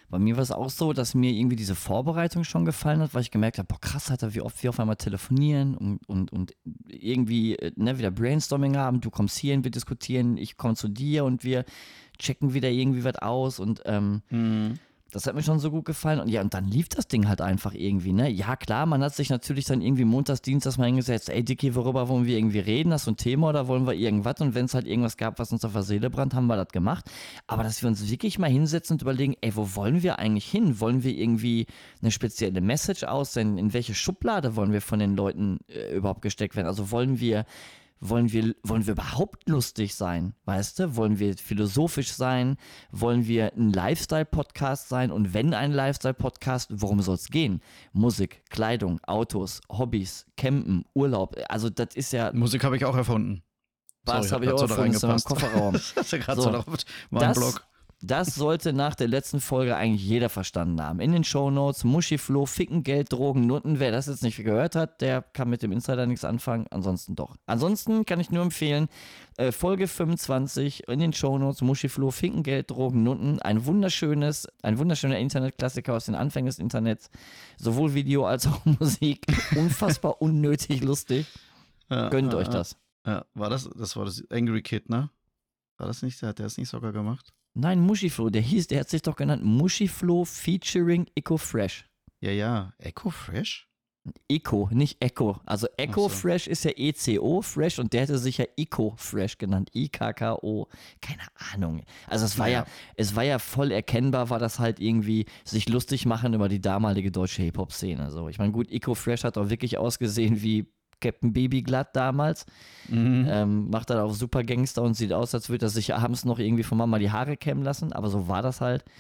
Bei mir war es auch so, dass mir irgendwie diese Vorbereitung schon gefallen hat, weil ich gemerkt habe, boah krass, Alter, wie oft wir auf einmal telefonieren und, und, und irgendwie äh, ne, wieder Brainstorming haben. Du kommst hierhin, wir diskutieren, ich komme zu dir und wir checken wieder irgendwie was aus und ähm, Mhm. das hat mir schon so gut gefallen. Und ja, und dann lief das Ding halt einfach irgendwie, ne? Ja, klar, man hat sich natürlich dann irgendwie montags, dienstags mal hingesetzt, ey Dicky, worüber wollen wir irgendwie reden? Hast du ein Thema oder wollen wir irgendwas? Und wenn es halt irgendwas gab, was uns auf der Seele brannt, haben wir das gemacht. Aber dass wir uns wirklich mal hinsetzen und überlegen, ey, wo wollen wir eigentlich hin? Wollen wir irgendwie eine spezielle Message aussenden? In welche Schublade wollen wir von den Leuten äh, überhaupt gesteckt werden? Also wollen wir wollen wir, wollen wir überhaupt lustig sein, weißt du? Wollen wir philosophisch sein? Wollen wir ein Lifestyle-Podcast sein? Und wenn ein Lifestyle-Podcast, worum soll es gehen? Musik, Kleidung, Autos, Hobbys, Campen, Urlaub. Also das ist ja, Musik habe ich auch erfunden. was Sorry, habe ich hab auch grad so da erfunden, ist in meinem reingepasst. Kofferraum. Das hast du gerade So, so auf meinem Das, Blog. das sollte nach der letzten Folge eigentlich jeder verstanden haben. In den Shownotes, Muschiflo, Ficken, Geld, Drogen, Nutten. Wer das jetzt nicht gehört hat, der kann mit dem Insider nichts anfangen. Ansonsten doch. Ansonsten kann ich nur empfehlen, äh, Folge fünfundzwanzig in den Shownotes, Muschiflo, Ficken, Geld, Drogen, Nutten. Ein wunderschönes, ein wunderschöner Internetklassiker aus den Anfängen des Internets. Sowohl Video als auch Musik. Unfassbar unnötig lustig. Ja, Gönnt ja, euch ja. das. Ja, war das, das war das Angry Kid, ne? War das nicht, der hat der es nicht sogar gemacht? Nein, Muschiflo, der hieß, der hat sich doch genannt Muschiflo featuring Eco Fresh. Ja, ja. Echo Fresh? Eco, nicht Echo. Also Eco Ach so. Fresh ist ja E C O Fresh und der hätte sich ja Eco Fresh genannt. I K K O. Keine Ahnung. Also es war Naja. ja, es war ja voll erkennbar, war das halt irgendwie sich lustig machen über die damalige deutsche Hip-Hop-Szene. So, ich meine, gut, Eco Fresh hat auch wirklich ausgesehen wie Captain Babyglatt damals. Mhm. Ähm, macht dann auch super Gangster und sieht aus, als würde er sich abends noch irgendwie von Mama die Haare kämmen lassen. Aber so war das halt.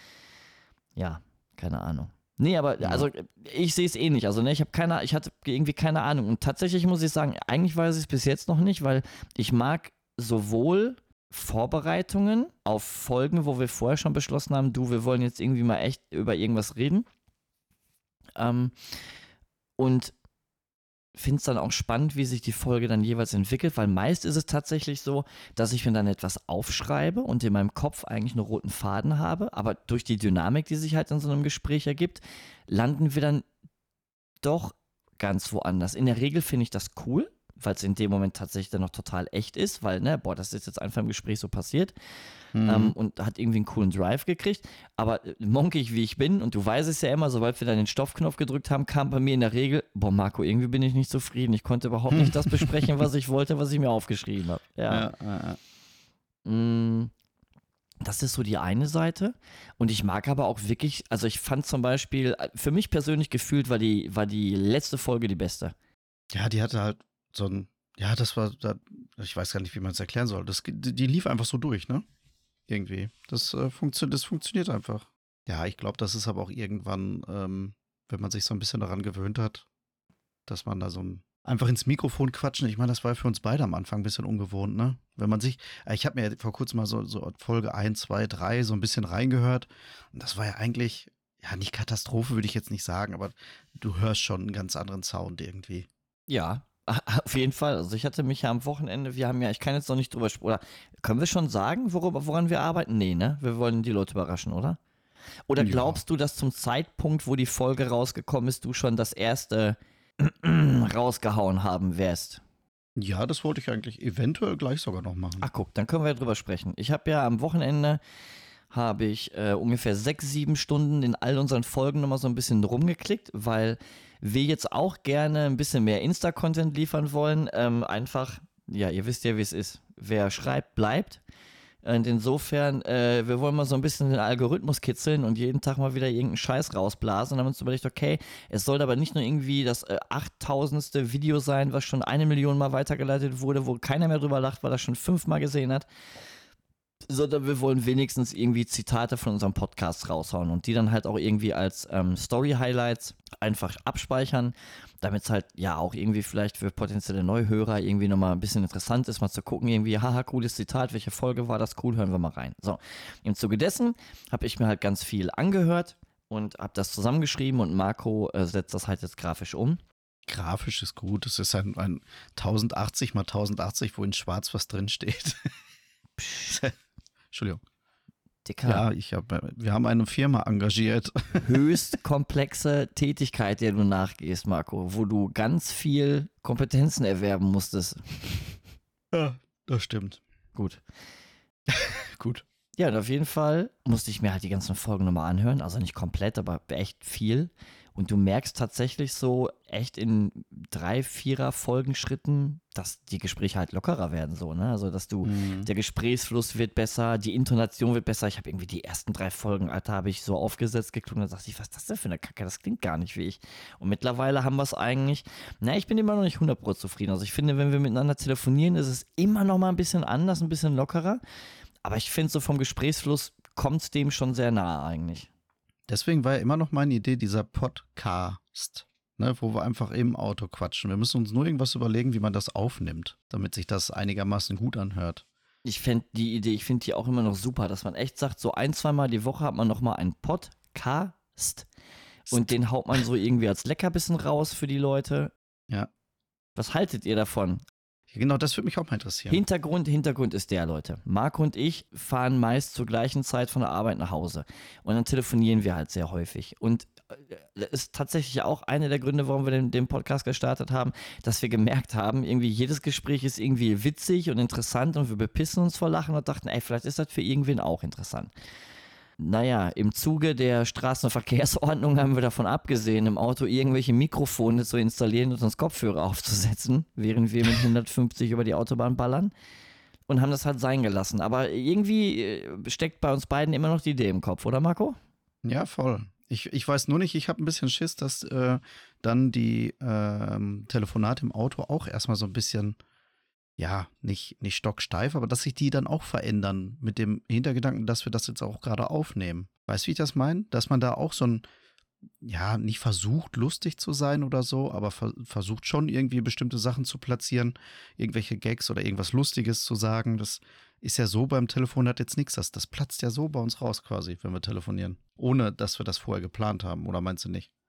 Ja, keine Ahnung. Nee, aber Ja. also ich sehe es eh nicht. Also ne, ich habe keine, ich hatte irgendwie keine Ahnung. Und tatsächlich muss ich sagen, eigentlich weiß ich es bis jetzt noch nicht, weil ich mag sowohl Vorbereitungen auf Folgen, wo wir vorher schon beschlossen haben, du, wir wollen jetzt irgendwie mal echt über irgendwas reden. Ähm, und finde es dann auch spannend, wie sich die Folge dann jeweils entwickelt, weil meist ist es tatsächlich so, dass ich mir dann etwas aufschreibe und in meinem Kopf eigentlich einen roten Faden habe, aber durch die Dynamik, die sich halt in so einem Gespräch ergibt, landen wir dann doch ganz woanders. In der Regel finde ich das cool, weil es in dem Moment tatsächlich dann noch total echt ist, weil, ne, boah, das ist jetzt einfach im Gespräch so passiert. Mhm. Ähm, und hat irgendwie einen coolen Drive gekriegt. Aber äh, monkig wie ich bin, und du weißt es ja immer, sobald wir dann den Stoppknopf gedrückt haben, kam bei mir in der Regel, boah Marco, irgendwie bin ich nicht zufrieden. Ich konnte überhaupt nicht das besprechen, was ich wollte, was ich mir aufgeschrieben habe. Ja. Ja, ja, ja. Mm, Das ist so die eine Seite. Und ich mag aber auch wirklich, also ich fand zum Beispiel, äh, für mich persönlich gefühlt war die, war die letzte Folge die beste. Ja, die hatte halt so ein, ja, das war, da, ich weiß gar nicht, wie man es erklären soll. Das, die, die lief einfach so durch, ne? Irgendwie. Das, äh, funktio das funktioniert einfach. Ja, ich glaube, das ist aber auch irgendwann, ähm, wenn man sich so ein bisschen daran gewöhnt hat, dass man da so ein einfach ins Mikrofon quatschen. Ich meine, das war für uns beide am Anfang ein bisschen ungewohnt, ne? Wenn man sich, äh, ich habe mir vor kurzem mal so, so Folge eins, zwei, drei so ein bisschen reingehört. Und das war ja eigentlich, ja, nicht Katastrophe, würde ich jetzt nicht sagen, aber du hörst schon einen ganz anderen Sound irgendwie. Ja, auf jeden Fall. Also ich hatte mich ja am Wochenende, wir haben ja, ich kann jetzt noch nicht drüber sprechen, oder können wir schon sagen, worüber, woran wir arbeiten? Nee, ne? Wir wollen die Leute überraschen, oder? Oder Ja. glaubst du, dass zum Zeitpunkt, wo die Folge rausgekommen ist, du schon das erste rausgehauen haben wirst? Ja, das wollte ich eigentlich eventuell gleich sogar noch machen. Ach guck, dann können wir ja drüber sprechen. Ich habe ja am Wochenende habe ich äh, ungefähr sechs, sieben Stunden in all unseren Folgen nochmal so ein bisschen rumgeklickt, weil wir jetzt auch gerne ein bisschen mehr Insta-Content liefern wollen. Ähm, einfach, ja, ihr wisst ja, wie es ist. Wer schreibt, bleibt. Und insofern, äh, wir wollen mal so ein bisschen den Algorithmus kitzeln und jeden Tag mal wieder irgendeinen Scheiß rausblasen. Und haben uns überlegt, okay, es soll aber nicht nur irgendwie das äh, achttausendste Video sein, was schon eine Million Mal weitergeleitet wurde, wo keiner mehr drüber lacht, weil er schon fünfmal gesehen hat, sondern wir wollen wenigstens irgendwie Zitate von unserem Podcast raushauen und die dann halt auch irgendwie als ähm, Story-Highlights einfach abspeichern, damit es halt ja auch irgendwie vielleicht für potenzielle Neuhörer irgendwie nochmal ein bisschen interessant ist, mal zu gucken, irgendwie, haha, cooles Zitat, welche Folge war das, cool, hören wir mal rein. So, im Zuge dessen habe ich mir halt ganz viel angehört und habe das zusammengeschrieben und Marco äh, setzt das halt jetzt grafisch um. Grafisch ist gut. Es ist ein, ein tausendachtzig mal tausendachtzig, wo in schwarz was drin steht. Entschuldigung. Dicker. Ja, ich hab, wir haben eine Firma engagiert. Höchst komplexe Tätigkeit, der du nachgehst, Marco, wo du ganz viel Kompetenzen erwerben musstest. Ja, das stimmt. Gut. Gut. Ja, und auf jeden Fall musste ich mir halt die ganzen Folgen nochmal anhören. Also nicht komplett, aber echt viel. Und du merkst tatsächlich so echt in drei, vierer Folgenschritten, dass die Gespräche halt lockerer werden so, ne? Also, dass du, Mhm. der Gesprächsfluss wird besser, die Intonation wird besser. Ich habe irgendwie die ersten drei Folgen, Alter, habe ich so aufgesetzt geklungen, da dachte ich, was ist das denn für eine Kacke? Das klingt gar nicht wie ich. Und mittlerweile haben wir es eigentlich, na, ich bin immer noch nicht hundert Prozent zufrieden. Also ich finde, wenn wir miteinander telefonieren, ist es immer noch mal ein bisschen anders, ein bisschen lockerer. Aber ich finde, so vom Gesprächsfluss kommt es dem schon sehr nahe eigentlich. Deswegen war ja immer noch meine Idee dieser Podcast, ne, wo wir einfach im Auto quatschen. Wir müssen uns nur irgendwas überlegen, wie man das aufnimmt, damit sich das einigermaßen gut anhört. Ich fände die Idee, ich finde die auch immer noch super, dass man echt sagt, so ein, zweimal die Woche hat man nochmal einen Podcast und den haut man so irgendwie als Leckerbissen raus für die Leute. Ja. Was haltet ihr davon? Genau, das würde mich auch mal interessieren. Hintergrund, Hintergrund ist der, Leute. Marco und ich fahren meist zur gleichen Zeit von der Arbeit nach Hause. Und dann telefonieren wir halt sehr häufig. Und das ist tatsächlich auch einer der Gründe, warum wir den, den Podcast gestartet haben, dass wir gemerkt haben, irgendwie jedes Gespräch ist irgendwie witzig und interessant und wir bepissen uns vor Lachen und dachten, ey, vielleicht ist das für irgendwen auch interessant. Naja, im Zuge der Straßenverkehrsordnung haben wir davon abgesehen, im Auto irgendwelche Mikrofone zu installieren und uns Kopfhörer aufzusetzen, während wir mit hundertfünfzig über die Autobahn ballern und haben das halt sein gelassen. Aber irgendwie steckt bei uns beiden immer noch die Idee im Kopf, oder Marco? Ja, voll. Ich, ich weiß nur nicht, ich habe ein bisschen Schiss, dass äh, dann die ähm, Telefonate im Auto auch erstmal so ein bisschen, ja, nicht, nicht stocksteif, aber dass sich die dann auch verändern mit dem Hintergedanken, dass wir das jetzt auch gerade aufnehmen. Weißt du, wie ich das meine? Dass man da auch so ein, ja, nicht versucht, lustig zu sein oder so, aber ver- versucht schon irgendwie bestimmte Sachen zu platzieren, irgendwelche Gags oder irgendwas Lustiges zu sagen. Das ist ja so beim Telefonat jetzt nichts. Das, das platzt ja so bei uns raus quasi, wenn wir telefonieren. Ohne, dass wir das vorher geplant haben. Oder meinst du nicht?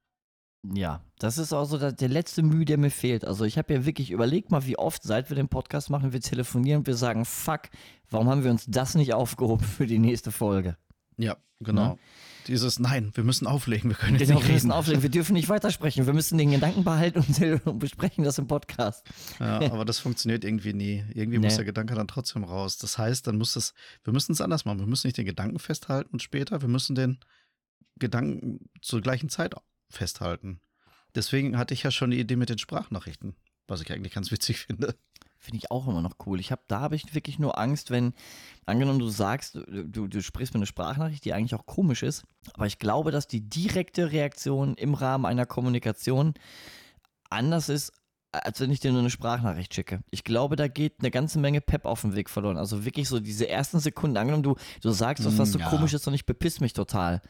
Ja, das ist auch so der, der letzte Mühe, der mir fehlt. Also ich habe ja wirklich überlegt mal, wie oft, seit wir den Podcast machen, wir telefonieren und wir sagen, fuck, warum haben wir uns das nicht aufgehoben für die nächste Folge? Ja, genau. Ja. Dieses, nein, wir müssen auflegen, wir können jetzt Genau, nicht wir müssen reden. auflegen, wir dürfen nicht weitersprechen, wir müssen den Gedanken behalten und, und besprechen das im Podcast. Ja, aber das funktioniert irgendwie nie. Irgendwie Nee. muss der Gedanke dann trotzdem raus. Das heißt, dann muss es, wir müssen es anders machen. Wir müssen nicht den Gedanken festhalten und später, wir müssen den Gedanken zur gleichen Zeit festhalten. Deswegen hatte ich ja schon die Idee mit den Sprachnachrichten, was ich eigentlich ganz witzig finde. Finde ich auch immer noch cool. Ich habe, da habe ich wirklich nur Angst, wenn, angenommen du sagst, du, du sprichst mir eine Sprachnachricht, die eigentlich auch komisch ist, aber ich glaube, dass die direkte Reaktion im Rahmen einer Kommunikation anders ist, als wenn ich dir nur eine Sprachnachricht schicke. Ich glaube, da geht eine ganze Menge Pep auf dem Weg verloren. Also wirklich so diese ersten Sekunden, angenommen du, du sagst was, was so Ja. komisch ist und ich bepiss mich total.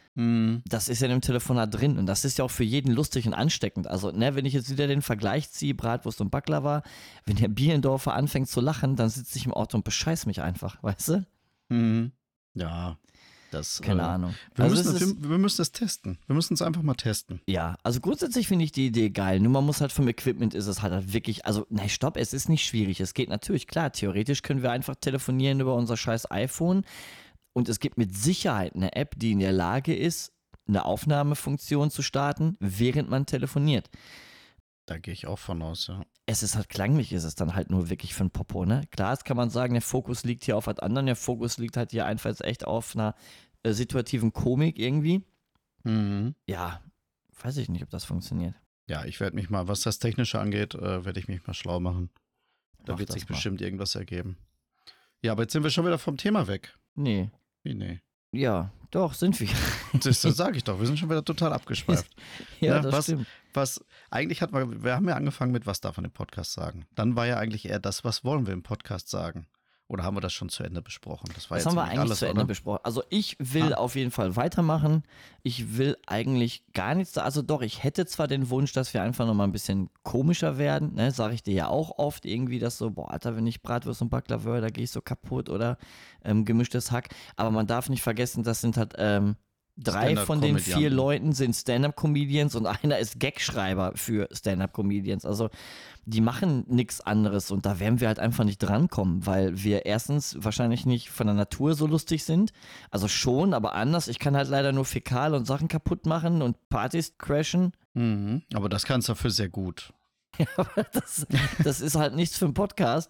Das ist ja in dem Telefonat drin und das ist ja auch für jeden lustig und ansteckend. Also, ne, wenn ich jetzt wieder den Vergleich ziehe, Bratwurst und Baklava, wenn der Bierendorfer anfängt zu lachen, dann sitze ich im Auto und bescheiß mich einfach, weißt du? Mhm. Ja, das. Keine äh, Ahnung. Wir, Also müssen, das ist, wir, wir müssen das testen. Wir müssen es einfach mal testen. ja, also grundsätzlich finde ich die Idee geil. Nur man muss halt vom Equipment ist es halt, halt wirklich, also, nein, stopp, es ist nicht schwierig. Es geht natürlich, klar, theoretisch können wir einfach telefonieren über unser scheiß iPhone und es gibt mit Sicherheit eine App, die in der Lage ist, eine Aufnahmefunktion zu starten, während man telefoniert. Da gehe ich auch von aus, ja. Es ist halt klanglich, ist es dann halt nur wirklich für ein Popo, ne? Klar, jetzt kann man sagen, der Fokus liegt hier auf was anderem, der Fokus liegt halt hier einfach jetzt echt auf einer äh, situativen Komik irgendwie. Mhm. Ja, weiß ich nicht, ob das funktioniert. Ja, ich werde mich mal, was das Technische angeht, äh, werde ich mich mal schlau machen. Da Mach wird das sich mal. bestimmt irgendwas ergeben. Ja, aber jetzt sind wir schon wieder vom Thema weg. Nee. Wie, nee. Ja, doch, sind wir. Das, das sage ich doch, wir sind schon wieder total abgeschweift. ja, Ja, das was- stimmt. Was, eigentlich hat man, wir haben ja angefangen mit, was darf man im Podcast sagen? Dann war ja eigentlich eher das, was wollen wir im Podcast sagen? Oder haben wir das schon zu Ende besprochen? Das war Das jetzt haben wir nämlich eigentlich alles, zu Ende oder? besprochen. Also ich will Ah. auf jeden Fall weitermachen. Ich will eigentlich gar nichts, also doch, ich hätte zwar den Wunsch, dass wir einfach nochmal ein bisschen komischer werden, ne, sage ich dir ja auch oft irgendwie, dass so, boah, Alter, wenn ich Bratwurst und Baklava höre, da gehe ich so kaputt oder ähm, gemischtes Hack. Aber man darf nicht vergessen, das sind halt ähm, Drei von den vier Stand-up-Komödianten. Leuten sind Stand-up-Comedians und einer ist Gagschreiber für Stand-up-Comedians. Also die machen nichts anderes und da werden wir halt einfach nicht drankommen, weil wir erstens wahrscheinlich nicht von der Natur so lustig sind. Also schon, aber anders. Ich kann halt leider nur fäkal und Sachen kaputt machen und Partys crashen. Mhm. Aber das kannst du dafür sehr gut. Aber das, das ist halt nichts für einen Podcast.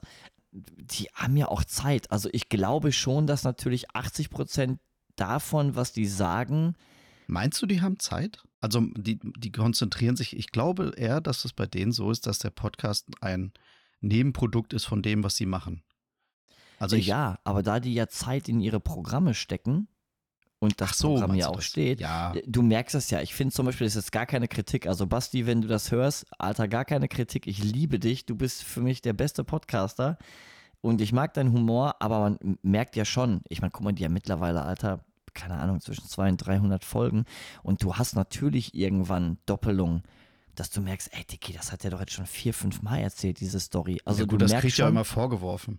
Die haben ja auch Zeit. Also ich glaube schon, dass natürlich achtzig Prozent davon, was die sagen, Meinst du, die haben Zeit? Also die, die konzentrieren sich, ich glaube eher, dass es bei denen so ist, dass der Podcast ein Nebenprodukt ist von dem, was sie machen. Also ich, ja, aber da die ja Zeit in ihre Programme stecken und das Ach so, Programm meinst ja du auch das? steht, Ja. du merkst es ja. Ich finde zum Beispiel, das ist jetzt gar keine Kritik. Also Basti, wenn du das hörst, Alter, gar keine Kritik. Ich liebe dich. Du bist für mich der beste Podcaster und ich mag deinen Humor, aber man merkt ja schon, ich meine, guck mal, die ja mittlerweile, Alter, keine Ahnung, zwischen zweihundert und dreihundert Folgen und du hast natürlich irgendwann Doppelung, dass du merkst, ey, Dicky, das hat er doch jetzt schon vier, fünf Mal erzählt, diese Story. Also ja, gut, du das merkst kriegt ja schon, immer vorgeworfen.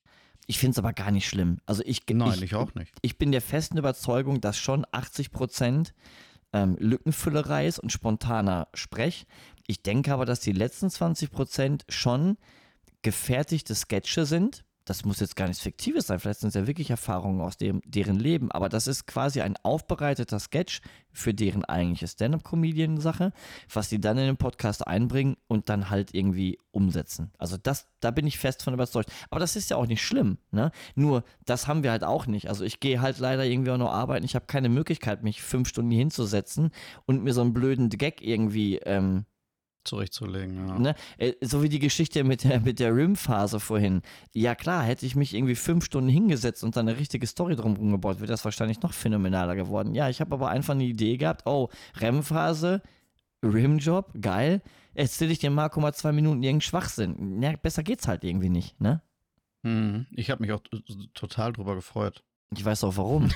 ich finde es aber gar nicht schlimm. Also ich, Nein, ich, ich auch nicht. ich bin der festen Überzeugung, dass schon achtzig Prozent ähm, Lückenfüllerei ist und spontaner Sprech. Ich denke aber, dass die letzten zwanzig Prozent schon gefertigte Sketche sind. Das muss jetzt gar nichts Fiktives sein, vielleicht sind es ja wirklich Erfahrungen aus dem, deren Leben, aber das ist quasi ein aufbereiteter Sketch für deren eigentliche Stand-up-Comedian-Sache, was die dann in den Podcast einbringen und dann halt irgendwie umsetzen. Also das, da bin ich fest von überzeugt. Aber das ist ja auch nicht schlimm, ne? Nur, das haben wir halt auch nicht. Also ich gehe halt leider irgendwie auch noch arbeiten, ich habe keine Möglichkeit, mich fünf Stunden hier hinzusetzen und mir so einen blöden Gag irgendwie ähm, Zurechtzulegen, ja. Ne? Äh, So wie die Geschichte mit der, mit der R I M-Phase vorhin. Ja klar, hätte ich mich irgendwie fünf Stunden hingesetzt und dann eine richtige Story drumherum gebaut, wäre das wahrscheinlich noch phänomenaler geworden. Ja, ich habe aber einfach eine Idee gehabt, oh, R E M-Phase, R I M-Job, geil. Erzähl ich dir Marco mal zwei Minuten irgendeinen Schwachsinn. Ja, besser geht's halt irgendwie nicht, ne? Mhm. Ich habe mich auch t- total drüber gefreut. Ich weiß auch warum.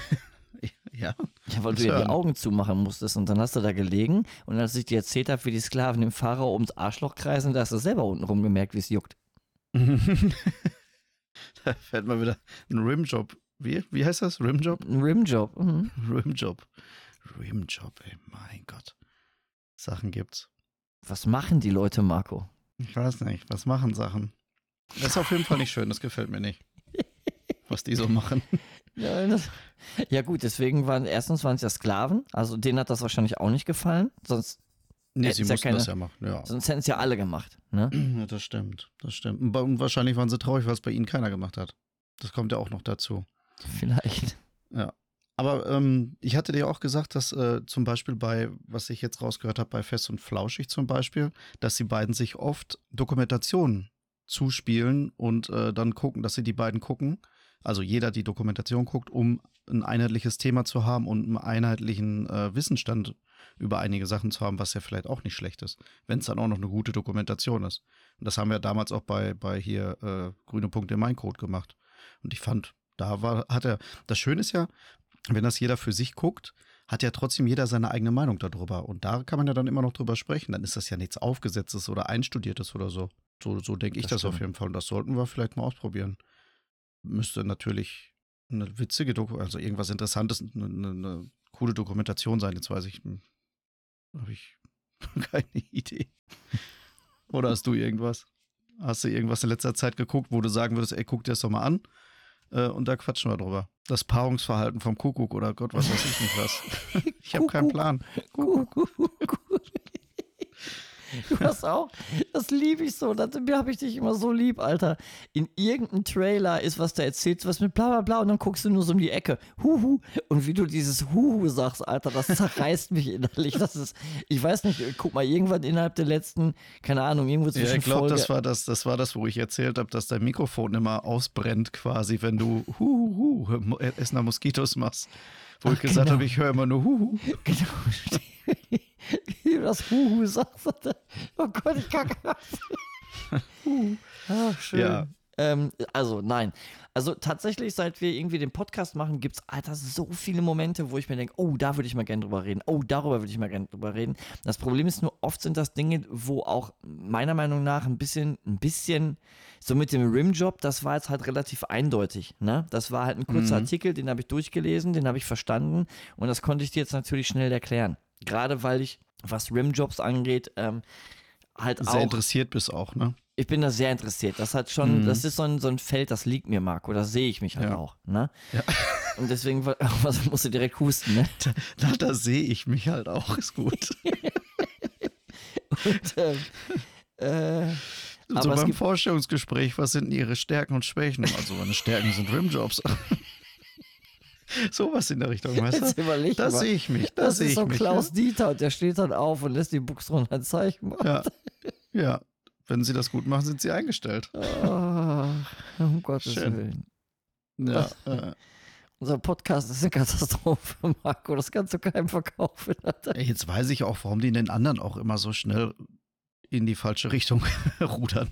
Ja. Ja, weil du Das ja die hören. Augen zumachen musstest und dann hast du da gelegen und als ich dir erzählt habe, wie die Sklaven dem Pharao ums Arschloch kreisen, da hast du selber unten rum gemerkt, wie es juckt. Da fällt mal wieder ein Rimjob. Wie, wie heißt das? Rimjob? Ein R I M-Job. Mhm. Rimjob. Rimjob, ey, mein Gott. Sachen gibt's. Was machen die Leute, Marco? Ich weiß nicht, was machen Sachen? Das ist auf jeden Fall nicht schön, das gefällt mir nicht. Was die so machen. Ja, das, ja gut, deswegen waren erstens waren es ja Sklaven, also denen hat das wahrscheinlich auch nicht gefallen, sonst, Nee, Hätten's sie ja mussten keine- das ja machen, ja. sonst hätten es ja alle gemacht. Ne? Ja, das stimmt, das stimmt. Und bei- und wahrscheinlich waren sie traurig, weil es bei ihnen keiner gemacht hat. Das kommt ja auch noch dazu. Vielleicht. Ja. Aber ähm, ich hatte dir auch gesagt, dass äh, zum Beispiel bei, was ich jetzt rausgehört habe, bei Fest und Flauschig zum Beispiel, dass die beiden sich oft Dokumentationen zuspielen und äh, dann gucken, dass sie die beiden gucken. Also jeder die Dokumentation guckt, um ein einheitliches Thema zu haben und einen einheitlichen äh, Wissensstand über einige Sachen zu haben, was ja vielleicht auch nicht schlecht ist, wenn es dann auch noch eine gute Dokumentation ist. Und das haben wir damals auch bei, bei hier äh, Grüne Punkte in mein Code gemacht. Und ich fand, da war, hat er, das Schöne ist ja, wenn das jeder für sich guckt, hat ja trotzdem jeder seine eigene Meinung darüber. Und da kann man ja dann immer noch drüber sprechen. Dann ist das ja nichts Aufgesetztes oder Einstudiertes oder so. So, so denke ich Das das auf stimmt. jeden Fall. Und das sollten wir vielleicht mal ausprobieren. Müsste natürlich eine witzige Doku, also irgendwas Interessantes, eine, eine, eine coole Dokumentation sein. Jetzt weiß ich, hm, habe ich keine Idee. Oder hast du irgendwas? Hast du irgendwas in letzter Zeit geguckt, wo du sagen würdest, ey, guck dir das doch mal an? Äh, und da quatschen wir drüber. Das Paarungsverhalten vom Kuckuck oder Gott, was weiß ich nicht was. Ich habe keinen Kuckuck. Plan. Du hast auch, das liebe ich so, das habe ich dich immer so lieb, Alter. In irgendeinem Trailer ist was da erzählt, was mit bla bla bla und dann guckst du nur so um die Ecke, Huhu, und wie du dieses Huhu sagst, Alter, das zerreißt mich innerlich. Das ist, ich weiß nicht, guck mal, irgendwann innerhalb der letzten, keine Ahnung, irgendwo zwischen Ja, ich glaube, Folge, das war das, das war das, wo ich erzählt habe, dass dein Mikrofon immer ausbrennt quasi, wenn du Huhu, Hu, Essener Moskitos machst. Wo Ach, ich gesagt genau. habe, ich höre immer nur Huhu. genau, wie du das Huhu sagst, Alter. Oh Gott, ich kacke. Ach, schön. Ja, Ähm, also, nein. Also tatsächlich, seit wir irgendwie den Podcast machen, gibt es, Alter, so viele Momente, wo ich mir denke, oh, da würde ich mal gerne drüber reden. Oh, darüber würde ich mal gerne drüber reden. Das Problem ist nur, oft sind das Dinge, wo auch meiner Meinung nach ein bisschen, ein bisschen, so mit dem Rimjob, das war jetzt halt relativ eindeutig. Ne? Das war halt ein kurzer Mhm. Artikel, den habe ich durchgelesen, den habe ich verstanden und das konnte ich dir jetzt natürlich schnell erklären. Gerade weil ich, was Rimjobs angeht, ähm, halt Sehr auch. interessiert bist auch, ne? Ich bin da sehr interessiert. Das hat schon, Mhm. das ist so ein, so ein Feld, das liegt mir, Marco. Da sehe ich mich halt Ja. auch. Ne? Ja. Und deswegen was, musst du direkt husten, ne? Da, da sehe ich mich halt auch, ist gut. Und, ähm, äh, So aber es beim gibt, Vorstellungsgespräch, was sind denn ihre Stärken und Schwächen? Also meine Stärken sind Rimjobs. Sowas in der Richtung, weißt jetzt du? überleg Da mal. sehe ich mich, da Das sehe ist ich so mich. Klaus Dieter und der steht dann auf und lässt die Buchse runter ein Zeichen machen. Ja. ja, ja. Wenn sie das gut machen, sind sie eingestellt. Oh, um Gottes Schön. Willen. Ja, äh, Unser Podcast ist eine Katastrophe, Marco. Das kannst du keinem verkaufen. Alter. ey, jetzt weiß ich auch, warum die den anderen auch immer so schnell in die falsche Richtung rudern.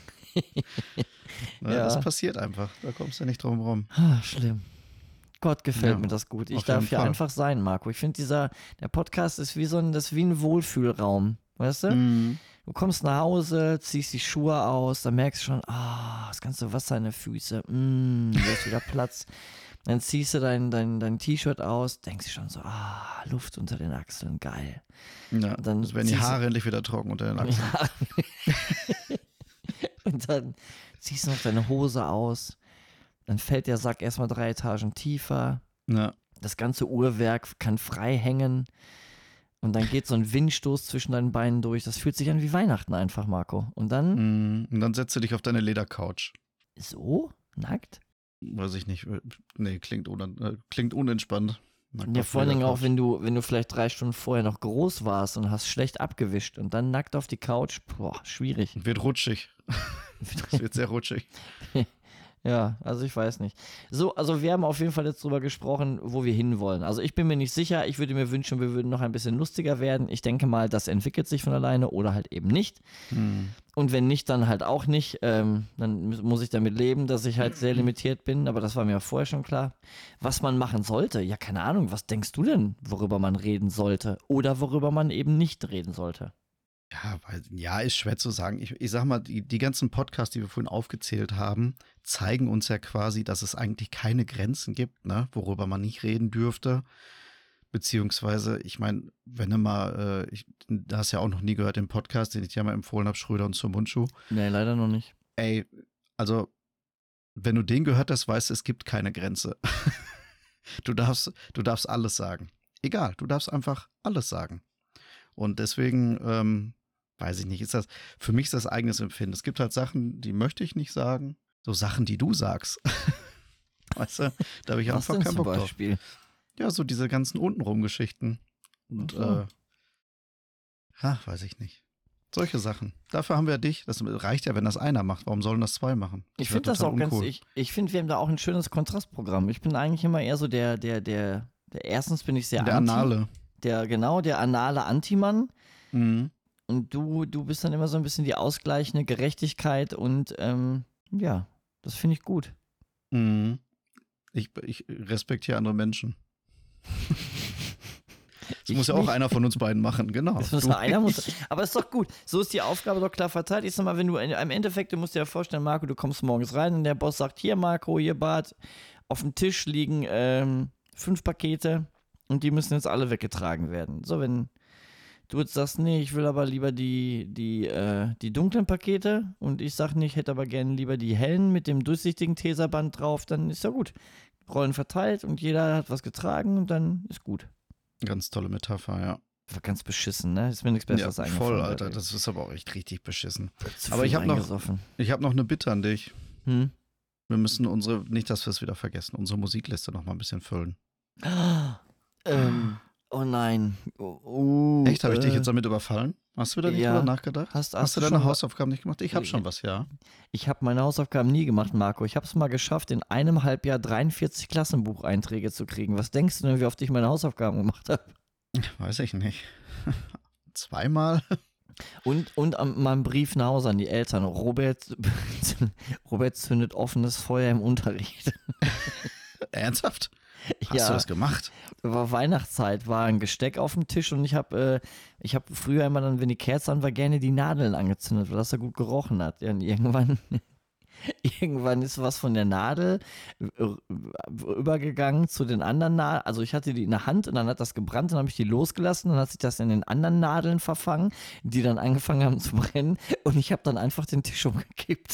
Na, Ja. Das passiert einfach. Da kommst du nicht drum rum. Ah, schlimm. Gott gefällt Ja, mir das gut. Ich auf darf jeden hier Fall. einfach sein, Marco. Ich finde, dieser, der Podcast ist wie so ein, das ist wie ein Wohlfühlraum. Weißt du? Mhm. Du kommst nach Hause, ziehst die Schuhe aus, dann merkst du schon, ah, das ganze Wasser in den Füßen, mm, da ist wieder Platz. Dann ziehst du dein, dein, dein T-Shirt aus, denkst du schon so, ah, Luft unter den Achseln, geil. Ja, Und dann das werden die ziehst du- Haare endlich wieder trocken unter den Achseln. Ja. Und dann ziehst du noch deine Hose aus, dann fällt der Sack erstmal drei Etagen tiefer. Ja. Das ganze Uhrwerk kann frei hängen und dann geht so ein Windstoß zwischen deinen Beinen durch. Das fühlt sich an wie Weihnachten einfach, Marco. Und dann Mhm. Und dann setzt du dich auf deine Ledercouch. so, nackt? Weiß ich nicht. Nee, klingt, un äh, klingt unentspannt. Nackt Ja, auf vor allen Dingen auch, Ledercouch. wenn du, wenn du vielleicht drei Stunden vorher noch groß warst und hast schlecht abgewischt und dann nackt auf die Couch, boah, schwierig. Wird rutschig. Es wird sehr rutschig. Ja, also ich weiß nicht. So, also wir haben auf jeden Fall jetzt drüber gesprochen, wo wir hinwollen. Also ich bin mir nicht sicher, ich würde mir wünschen, wir würden noch ein bisschen lustiger werden. Ich denke mal, das entwickelt sich von alleine oder halt eben nicht. Hm. Und wenn nicht, dann halt auch nicht. Ähm, dann mu- muss ich damit leben, dass ich halt sehr limitiert bin, aber das war mir vorher schon klar. Was man machen sollte, ja, keine Ahnung, was denkst du denn, worüber man reden sollte oder worüber man eben nicht reden sollte? Ja, weil, ja, ist schwer zu sagen. Ich, ich sag mal, die, die ganzen Podcasts, die wir vorhin aufgezählt haben, zeigen uns ja quasi, dass es eigentlich keine Grenzen gibt, ne, worüber man nicht reden dürfte. Beziehungsweise, ich meine, wenn du mal, äh, ich, du hast ja auch noch nie gehört, den Podcast, den ich dir mal empfohlen habe, Schröder und zum Mundschuh. Nee, leider noch nicht. Ey, also, wenn du den gehört hast, weißt du, es gibt keine Grenze. Du darfst, du darfst alles sagen. Egal, du darfst einfach alles sagen. Und deswegen, ähm, weiß ich nicht, ist das, für mich ist das eigenes Empfinden. Es gibt halt Sachen, die möchte ich nicht sagen. So Sachen, die du sagst. Weißt du, da habe ich Was einfach denn keinen zum Bock drauf. Beispiel? Ja, so diese ganzen untenrum-Geschichten. Und, Ach so. äh, ha, weiß ich nicht. Solche Sachen. Dafür haben wir dich. Das reicht ja, wenn das einer macht. Warum sollen das zwei machen? Ich wär finde das total auch ganz, uncool. ich, ich finde, wir haben da auch ein schönes Kontrastprogramm. Ich bin eigentlich immer eher so der, der, der, der erstens bin ich sehr Der anti. Anale. Der, genau, der anale Anti-Mann. Mhm. Und du, du bist dann immer so ein bisschen die ausgleichende Gerechtigkeit und ähm, ja, das finde ich gut. Mhm. Ich, ich respektiere andere Menschen. Das Ich muss ja auch nicht. einer von uns beiden machen, genau. Das muss Du- nur einer muss, aber ist doch gut. So ist die Aufgabe doch klar verteilt. Ich sag mal, wenn du im Endeffekt, du musst dir ja vorstellen, Marco, du kommst morgens rein und der Boss sagt, hier Marco, hier Bart, auf dem Tisch liegen ähm, fünf Pakete und die müssen jetzt alle weggetragen werden. So, wenn du jetzt sagst, nee, ich will aber lieber die, die, äh, die dunklen Pakete und ich sag nicht, ich hätte aber gerne lieber die hellen mit dem durchsichtigen Teserband drauf, dann ist ja gut. Rollen verteilt und jeder hat was getragen und dann ist gut. Ganz tolle Metapher, ja. War ganz beschissen, ne? Ist mir nichts Besseres ja eingefallen. voll, Alter. Das ist aber auch echt richtig beschissen. Zu aber viel ich hab noch- reingesoffen. Ich habe noch eine Bitte an dich. Hm? Wir müssen unsere, nicht, dass wir es wieder vergessen, unsere Musikliste noch mal ein bisschen füllen. ähm, oh nein. Oh, oh, Echt? Habe ich dich äh, jetzt damit überfallen? Hast du da nicht ja. drüber nachgedacht? Hast, Hast, du schon deine wa- Hausaufgaben nicht gemacht? Ich habe schon was, ja. Ich habe meine Hausaufgaben nie gemacht, Marco. Ich habe es mal geschafft, in einem Halbjahr dreiundvierzig Klassenbucheinträge zu kriegen. Was denkst du denn, wie oft ich meine Hausaufgaben gemacht habe? Weiß ich nicht. Zweimal? Und, und am- mal einen Brief nach Hause an die Eltern. Robert, Robert zündet offenes Feuer im Unterricht. Ernsthaft? Hast Ja, du das gemacht? war Weihnachtszeit, war ein Gesteck auf dem Tisch und ich habe äh, ich habe früher immer dann, wenn die Kerze an war, gerne die Nadeln angezündet, weil das ja gut gerochen hat. Ja, und irgendwann, irgendwann ist was von der Nadel äh, übergegangen zu den anderen Nadeln. Also ich hatte die in der Hand und dann hat das gebrannt, dann habe ich die losgelassen, dann hat sich das in den anderen Nadeln verfangen, die dann angefangen haben zu brennen und ich habe dann einfach den Tisch umgekippt.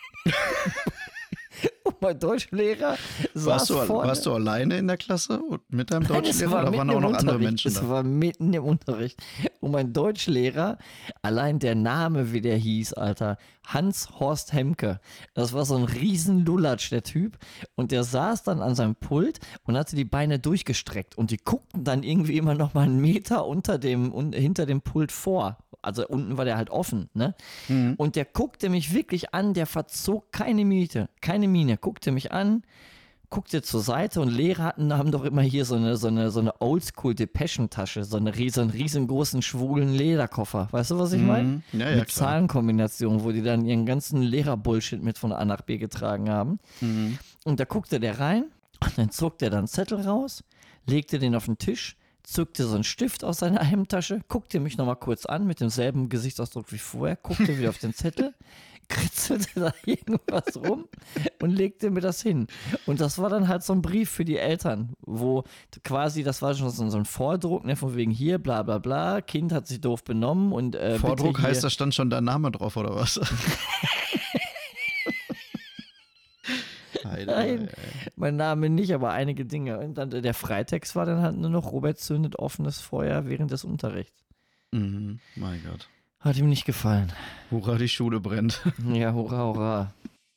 Und mein Deutschlehrer saß Warst du, vorne. warst du alleine in der Klasse und mit deinem Nein, es Deutschlehrer war oder mitten waren auch im noch andere Unterricht. Menschen Es da? war mitten im Unterricht. Und mein Deutschlehrer, allein der Name, wie der hieß, Alter, Hans-Horst Hemke. Das war so ein riesen Lulatsch, der Typ. Und der saß dann an seinem Pult und hatte die Beine durchgestreckt. Und die guckten dann irgendwie immer noch mal einen Meter unter dem, un, hinter dem Pult vor. Also unten war der halt offen, ne? Mhm. Und der guckte mich wirklich an, der verzog keine Miene, keine Miene, guckte mich an, guckte zur Seite und Lehrer hatten, haben doch immer hier so eine, so eine, so eine Oldschool-Depeschen-Tasche, so, eine, ries- so einen riesengroßen schwulen Lederkoffer. Weißt du, was ich meine? Mhm. Ja, ja, Mit klar. Zahlenkombinationen, wo die dann ihren ganzen Lehrer-Bullshit mit von A nach B getragen haben. Mhm. Und da guckte der rein und dann zog der dann einen Zettel raus, legte den auf den Tisch, zückte so einen Stift aus seiner Hemdtasche, guckte mich nochmal kurz an mit demselben Gesichtsausdruck wie vorher, guckte wieder auf den Zettel, kritzelte da irgendwas rum und legte mir das hin. Und das war dann halt so ein Brief für die Eltern, wo quasi, das war schon so so ein Vordruck, ne, von wegen hier, bla bla bla, Kind hat sich doof benommen und äh, Vordruck bitte hier, heißt, da stand schon dein Name drauf, oder was? Nein, Nein, mein Name nicht, aber einige Dinge. Und dann der Freitext war dann halt nur noch, Robert zündet offenes Feuer während des Unterrichts. Mhm. Mein Gott. Hat ihm nicht gefallen. Hurra, die Schule brennt. Ja, hurra, hurra.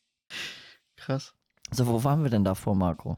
Krass. So, wo waren wir denn davor, Marco?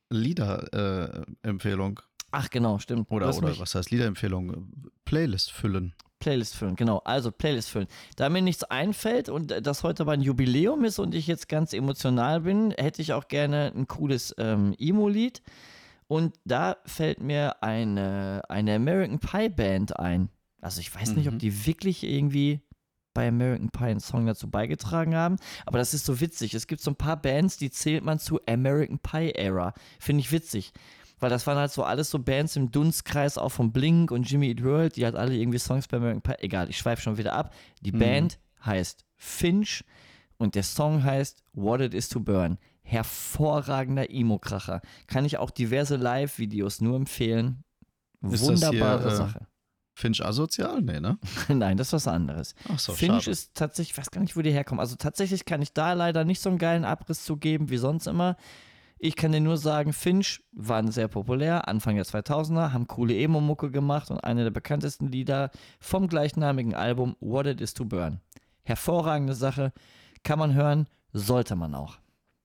Liederempfehlung. Ach, genau, stimmt. Oder, Lass oder mich was heißt Liederempfehlung? Playlist füllen. Playlist füllen, genau. Also Playlist füllen. Da mir nichts einfällt und äh, das heute mein Jubiläum ist und ich jetzt ganz emotional bin, hätte ich auch gerne ein cooles ähm, Emo-Lied. Und da fällt mir eine, eine American Pie Band ein. Also ich weiß nicht, ob Mhm. die wirklich irgendwie bei American Pie einen Song dazu beigetragen haben, aber das ist so witzig. Es gibt so ein paar Bands, die zählt man zu American Pie Era. Finde ich witzig. Weil das waren halt so alles so Bands im Dunstkreis, auch von Blink und Jimmy Eat World, die halt alle irgendwie Songs bei American Pie. Egal, ich schweife schon wieder ab. Die Mhm. Band heißt Finch und der Song heißt What It Is to Burn. Hervorragender Emo-Kracher. Kann ich auch diverse Live-Videos nur empfehlen. Ist das hier, Wunderbare äh, Sache. Finch asozial? Nee, ne? Nein, das ist was anderes. Ach so, Finch schade. ist tatsächlich, ich weiß gar nicht, wo die herkommen. Also tatsächlich kann ich da leider nicht so einen geilen Abriss zu geben wie sonst immer. Ich kann dir nur sagen, Finch waren sehr populär, Anfang der zweitausender, haben coole Emo-Mucke gemacht und eine der bekanntesten Lieder vom gleichnamigen Album What It Is to Burn. Hervorragende Sache, kann man hören, sollte man auch.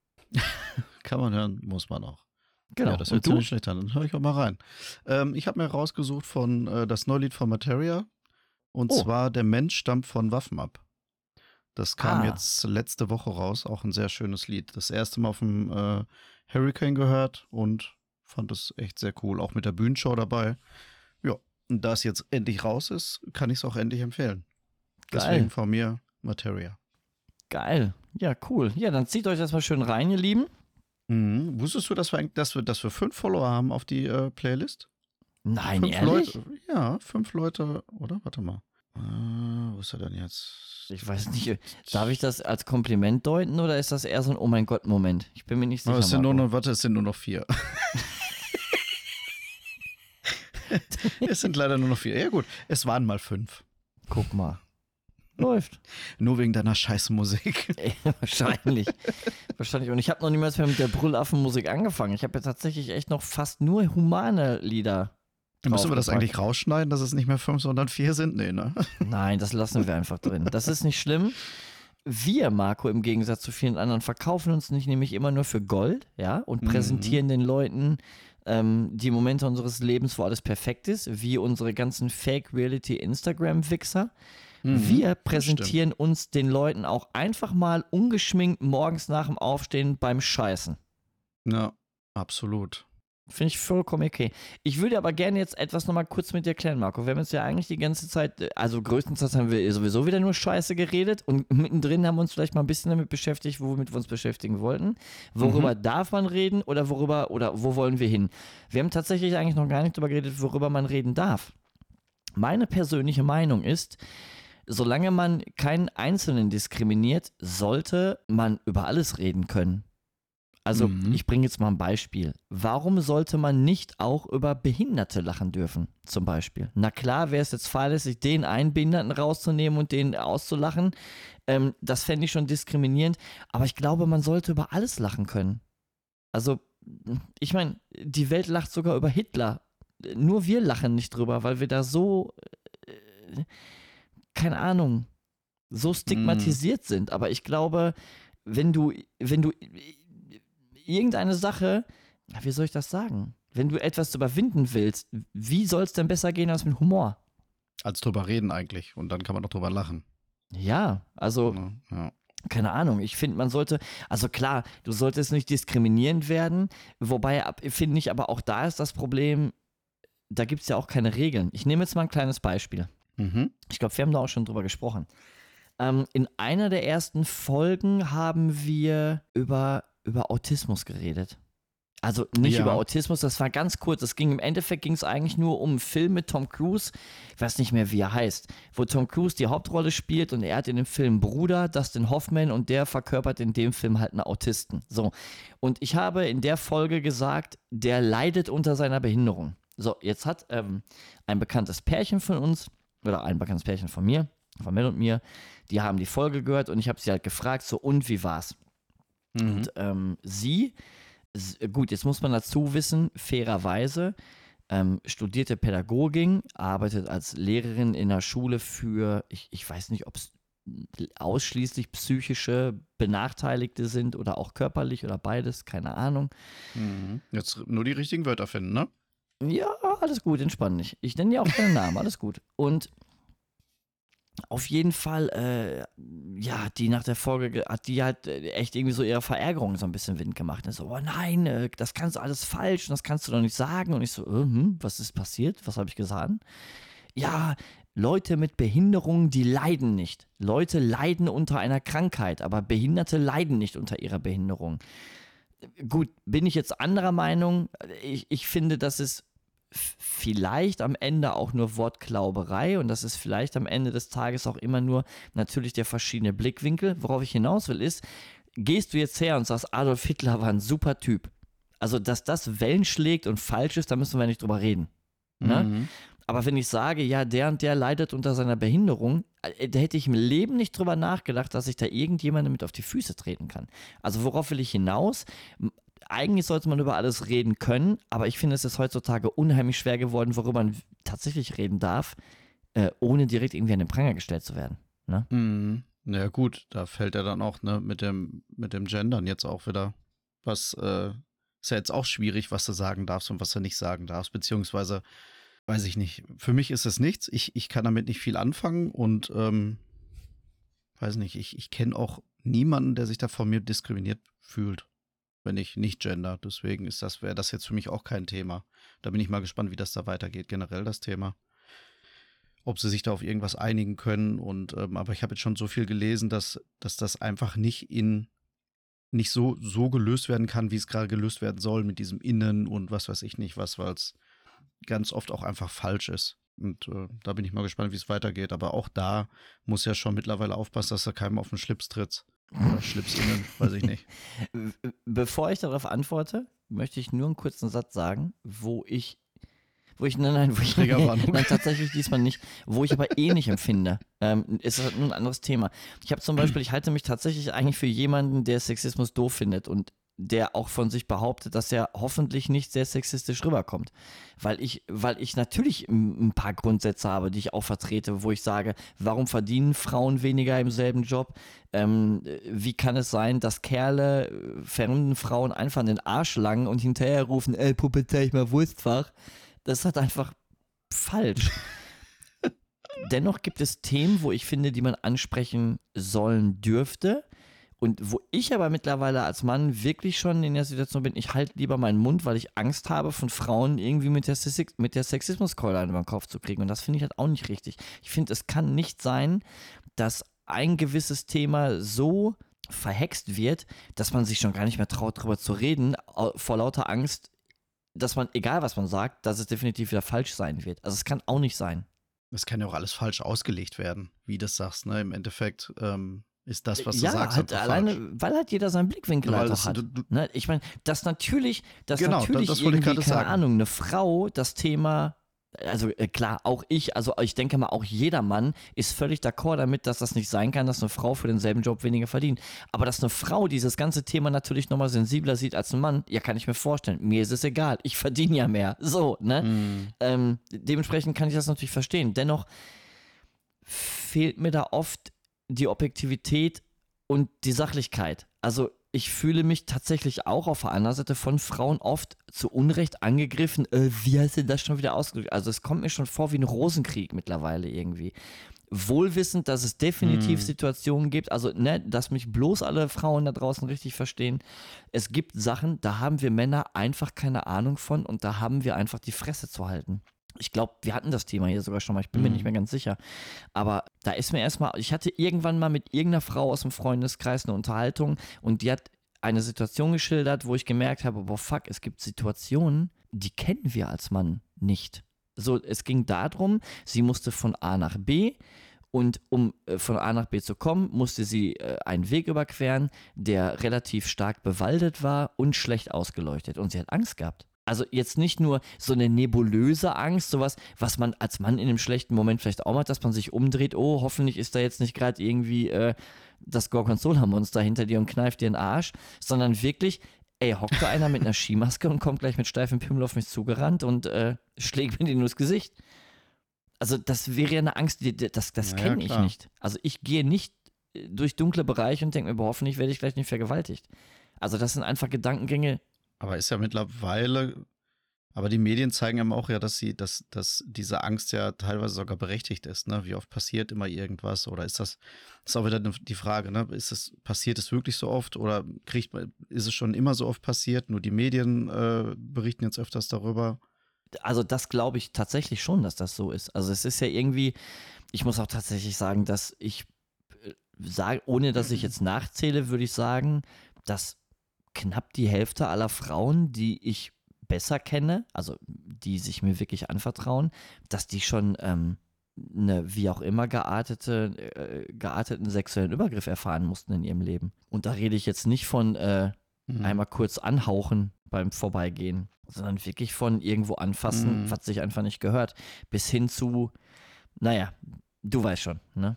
Kann man hören, muss man auch. Genau. Ja, das und hört du? sich nicht schlecht an. Dann höre ich auch mal rein. Ähm, ich habe mir rausgesucht von äh, das Neulied von Materia. Und Oh. zwar Der Mensch stammt von Waffen ab. Das kam Ah. jetzt letzte Woche raus. Auch ein sehr schönes Lied. Das erste Mal auf dem äh, Hurricane gehört und fand es echt sehr cool. Auch mit der Bühnenshow dabei. Ja, und da es jetzt endlich raus ist, kann ich es auch endlich empfehlen. Geil. Deswegen von mir Materia. Geil. Ja, cool. Ja, dann zieht euch das mal schön rein, ihr Lieben. Mhm. Wusstest du, dass wir, eigentlich- dass wir, dass wir fünf Follower haben auf die äh, Playlist? Nein, fünf ehrlich? Leute. Ja, fünf Leute, oder? Warte mal. Äh, wo ist er denn jetzt? Ich weiß nicht, darf ich das als Kompliment deuten oder ist das eher so ein Oh mein Gott-Moment? Ich bin mir nicht sicher. Oh, es sind nur Marco. noch, warte, es sind nur noch vier. Es sind leider nur noch vier. Ja gut, es waren mal fünf. Guck mal. Läuft. Nur wegen deiner Scheißmusik. Ey, wahrscheinlich. Wahrscheinlich. Und ich habe noch niemals mehr mit der Brüllaffenmusik angefangen. Ich habe ja tatsächlich echt noch fast nur humane Lieder. Müssen wir das draufgepackt. eigentlich rausschneiden, dass es nicht mehr fünf, sondern vier sind? Nee, ne? Nein, das lassen wir einfach drin. Das ist nicht schlimm. Wir, Marco, im Gegensatz zu vielen anderen, verkaufen uns nicht nämlich immer nur für Gold, ja, und Mhm. präsentieren den Leuten ähm, die Momente unseres Lebens, wo alles perfekt ist, wie unsere ganzen Fake-Reality-Instagram-Wichser. Mhm, Wir das präsentieren uns den Leuten auch einfach mal ungeschminkt morgens nach dem Aufstehen beim Scheißen. Ja, absolut. Finde ich vollkommen okay. Ich würde aber gerne jetzt etwas nochmal kurz mit dir klären, Marco. Wir haben jetzt ja eigentlich die ganze Zeit, also größtenteils haben wir sowieso wieder nur Scheiße geredet und mittendrin haben wir uns vielleicht mal ein bisschen damit beschäftigt, womit wir uns beschäftigen wollten. Worüber mhm. darf man reden oder worüber, oder wo wollen wir hin? Wir haben tatsächlich eigentlich noch gar nicht darüber geredet, worüber man reden darf. Meine persönliche Meinung ist, solange man keinen Einzelnen diskriminiert, sollte man über alles reden können. Also mhm. ich bringe jetzt mal ein Beispiel. Warum sollte man nicht auch über Behinderte lachen dürfen, zum Beispiel? Na klar, wäre es jetzt fahrlässig, den einen Behinderten rauszunehmen und den auszulachen. Ähm, das fände ich schon diskriminierend. Aber ich glaube, man sollte über alles lachen können. Also, ich meine, die Welt lacht sogar über Hitler. Nur wir lachen nicht drüber, weil wir da so, äh, keine Ahnung, so stigmatisiert mhm. sind. Aber ich glaube, wenn du, wenn du irgendeine Sache, wie soll ich das sagen? Wenn du etwas überwinden willst, wie soll es denn besser gehen als mit Humor? Als drüber reden eigentlich. Und dann kann man doch drüber lachen. Ja, also, ja, ja. keine Ahnung. Ich finde, man sollte, also klar, du solltest nicht diskriminierend werden. Wobei, finde ich, aber auch da ist das Problem, da gibt es ja auch keine Regeln. Ich nehme jetzt mal ein kleines Beispiel. Mhm. Ich glaube, wir haben da auch schon drüber gesprochen. Ähm, in einer der ersten Folgen haben wir über über Autismus geredet. Also nicht ja. über Autismus, das war ganz kurz. Es ging im Endeffekt ging es eigentlich nur um einen Film mit Tom Cruise, ich weiß nicht mehr, wie er heißt, wo Tom Cruise die Hauptrolle spielt und er hat in dem Film einen Bruder, Dustin Hoffman, und der verkörpert in dem Film halt einen Autisten. So. Und ich habe in der Folge gesagt, der leidet unter seiner Behinderung. So, jetzt hat ähm, ein bekanntes Pärchen von uns, oder ein bekanntes Pärchen von mir, von Mel und mir, die haben die Folge gehört und ich habe sie halt gefragt, so, und wie war's? Mhm. Und ähm, sie, gut, jetzt muss man dazu wissen, fairerweise, ähm, studierte Pädagogin, arbeitet als Lehrerin in der Schule für, ich, ich weiß nicht, ob es ausschließlich psychische Benachteiligte sind oder auch körperlich oder beides, keine Ahnung. Mhm. Jetzt nur die richtigen Wörter finden, ne? Ja, alles gut, entspann dich. Ich nenne dir auch keinen Namen, alles gut. Und auf jeden Fall, äh, ja, die nach der Folge hat die halt echt irgendwie so ihre Verärgerung so ein bisschen Wind gemacht. Und so, oh nein, äh, das kannst du alles falsch und das kannst du doch nicht sagen. Und ich so, äh, hm, was ist passiert? Was habe ich gesagt? Ja, Leute mit Behinderungen, die leiden nicht. Leute leiden unter einer Krankheit, aber Behinderte leiden nicht unter ihrer Behinderung. Gut, bin ich jetzt anderer Meinung? Ich, ich finde, das ist vielleicht am Ende auch nur Wortklauberei und das ist vielleicht am Ende des Tages auch immer nur natürlich der verschiedene Blickwinkel. Worauf ich hinaus will ist, gehst du jetzt her und sagst, Adolf Hitler war ein super Typ. Also, dass das Wellen schlägt und falsch ist, da müssen wir nicht drüber reden. Ne? Mhm. Aber wenn ich sage, ja, der und der leidet unter seiner Behinderung, da hätte ich im Leben nicht drüber nachgedacht, dass ich da irgendjemandem mit auf die Füße treten kann. Also worauf will ich hinaus? Eigentlich sollte man über alles reden können, aber ich finde, es ist heutzutage unheimlich schwer geworden, worüber man tatsächlich reden darf, äh, ohne direkt irgendwie an den Pranger gestellt zu werden. Ne? Mhm. Ja gut, da fällt er dann auch ne, mit dem, mit dem Gendern jetzt auch wieder, was äh, ist ja jetzt auch schwierig, was du sagen darfst und was du nicht sagen darfst, beziehungsweise, weiß ich nicht, für mich ist es nichts, ich, ich kann damit nicht viel anfangen und ähm, weiß nicht, ich, ich kenne auch niemanden, der sich da von mir diskriminiert fühlt, wenn ich nicht gender. Deswegen ist das, wäre das jetzt für mich auch kein Thema. Da bin ich mal gespannt, wie das da weitergeht, generell das Thema. Ob sie sich da auf irgendwas einigen können. Und ähm, aber ich habe jetzt schon so viel gelesen, dass, dass das einfach nicht in nicht so, so gelöst werden kann, wie es gerade gelöst werden soll, mit diesem Innen und was weiß ich nicht was, weil es ganz oft auch einfach falsch ist. Und äh, da bin ich mal gespannt, wie es weitergeht. Aber auch da muss ja schon mittlerweile aufpassen, dass er keinem auf den Schlips tritt. Oder Schlips innen, weiß ich nicht. Bevor ich darauf antworte, möchte ich nur einen kurzen Satz sagen, wo ich, wo ich, nein, nein, wo ich, nein, tatsächlich diesmal nicht, wo ich aber eh nicht empfinde. Ähm, ist halt ein anderes Thema. Ich habe zum Beispiel, ich halte mich tatsächlich eigentlich für jemanden, der Sexismus doof findet und der auch von sich behauptet, dass er hoffentlich nicht sehr sexistisch rüberkommt. Weil ich, weil ich natürlich ein paar Grundsätze habe, die ich auch vertrete, wo ich sage, warum verdienen Frauen weniger im selben Job? Ähm, wie kann es sein, dass Kerle fremden Frauen einfach in den Arsch langen und hinterher rufen, ey, Puppe, zeig mal Wurstfach? Das ist halt einfach falsch. Dennoch gibt es Themen, wo ich finde, die man ansprechen sollen dürfte. Und wo ich aber mittlerweile als Mann wirklich schon in der Situation bin, ich halte lieber meinen Mund, weil ich Angst habe, von Frauen irgendwie mit der, Sexi- mit der Sexismuskeule über den Kopf zu kriegen. Und das finde ich halt auch nicht richtig. Ich finde, es kann nicht sein, dass ein gewisses Thema so verhext wird, dass man sich schon gar nicht mehr traut, darüber zu reden, au- vor lauter Angst, dass man, egal was man sagt, dass es definitiv wieder falsch sein wird. Also es kann auch nicht sein. Das kann ja auch alles falsch ausgelegt werden, wie du das sagst. Ne? Im Endeffekt ähm, ist das, was du Ja, sagst, halt einfach alleine, falsch. weil halt jeder seinen Blickwinkel Weil halt das- auch hat. du- du- Ne? Ich meine, dass natürlich, dass Genau, natürlich das wollte ich irgendwie, gerade keine sagen. Ahnung, eine Frau das Thema, also äh, klar, auch ich, also ich denke mal, auch jeder Mann ist völlig d'accord damit, dass das nicht sein kann, dass eine Frau für denselben Job weniger verdient. Aber dass eine Frau dieses ganze Thema natürlich nochmal sensibler sieht als ein Mann, ja, kann ich mir vorstellen. Mir ist es egal, ich verdiene ja mehr. So, ne? Mhm. Ähm, dementsprechend kann ich das natürlich verstehen. Dennoch fehlt mir da oft die Objektivität und die Sachlichkeit. Also ich fühle mich tatsächlich auch auf der anderen Seite von Frauen oft zu Unrecht angegriffen. Äh, wie hast du das schon wieder ausgedrückt? Also es kommt mir schon vor wie ein Rosenkrieg mittlerweile irgendwie. Wohlwissend, dass es definitiv Mhm. Situationen gibt, also ne, dass mich bloß alle Frauen da draußen richtig verstehen. Es gibt Sachen, da haben wir Männer einfach keine Ahnung von und da haben wir einfach die Fresse zu halten. Ich glaube, wir hatten das Thema hier sogar schon mal, ich bin mir Mhm. nicht mehr ganz sicher. Aber da ist mir erstmal, ich hatte irgendwann mal mit irgendeiner Frau aus dem Freundeskreis eine Unterhaltung und die hat eine Situation geschildert, wo ich gemerkt habe, boah, fuck, es gibt Situationen, die kennen wir als Mann nicht. So, es ging darum, sie musste von A nach B und um äh, von A nach B zu kommen, musste sie äh, einen Weg überqueren, der relativ stark bewaldet war und schlecht ausgeleuchtet und sie hat Angst gehabt. Also jetzt nicht nur so eine nebulöse Angst, sowas, was man als Mann in einem schlechten Moment vielleicht auch macht, dass man sich umdreht, oh, hoffentlich ist da jetzt nicht gerade irgendwie äh, das Gorgonzola-Monster hinter dir und kneift dir den Arsch, sondern wirklich, ey, hockt da einer mit einer Skimaske und kommt gleich mit steifem Pimmel auf mich zugerannt und äh, schlägt mir den nur ins Gesicht. Also das wäre ja eine Angst, die, die- das, das Ja, ja, kenne ich klar. nicht. Also ich gehe nicht äh, durch dunkle Bereiche und denke mir, boah, hoffentlich werde ich gleich nicht vergewaltigt. Also das sind einfach Gedankengänge. Aber ist ja mittlerweile, aber die Medien zeigen einem auch ja, dass sie, dass, dass diese Angst ja teilweise sogar berechtigt ist, ne? Wie oft passiert immer irgendwas? Oder ist das, ist auch wieder ne- die Frage, ne? Ist es, passiert es wirklich so oft oder kriegt man, ist es schon immer so oft passiert? Nur die Medien äh, berichten jetzt öfters darüber. Also das glaube ich tatsächlich schon, dass das so ist. Also es ist ja irgendwie, ich muss auch tatsächlich sagen, dass ich äh, sage, ohne dass ich jetzt nachzähle, würde ich sagen, dass knapp die Hälfte aller Frauen, die ich besser kenne, also die sich mir wirklich anvertrauen, dass die schon ähm, eine wie auch immer geartete, äh, gearteten sexuellen Übergriff erfahren mussten in ihrem Leben. Und da rede ich jetzt nicht von äh, Mhm. einmal kurz anhauchen beim Vorbeigehen, sondern wirklich von irgendwo anfassen, Mhm. was sich einfach nicht gehört, bis hin zu, naja, du weißt schon, ne?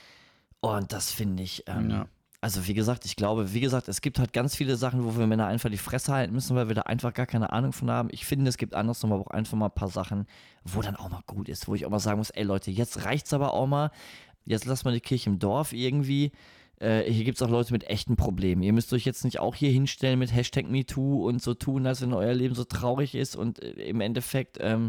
Und das finde ich, ähm, Ja. also wie gesagt, ich glaube, wie gesagt, es gibt halt ganz viele Sachen, wo wir Männer einfach die Fresse halten müssen, weil wir da einfach gar keine Ahnung von haben. Ich finde, es gibt andersrum aber auch einfach mal ein paar Sachen, wo dann auch mal gut ist, wo ich auch mal sagen muss, ey Leute, jetzt reicht's aber auch mal, jetzt lasst mal die Kirche im Dorf irgendwie. Äh, hier gibt es auch Leute mit echten Problemen. Ihr müsst euch jetzt nicht auch hier hinstellen mit Hashtag MeToo und so tun, als wenn euer Leben so traurig ist und äh, im Endeffekt ähm,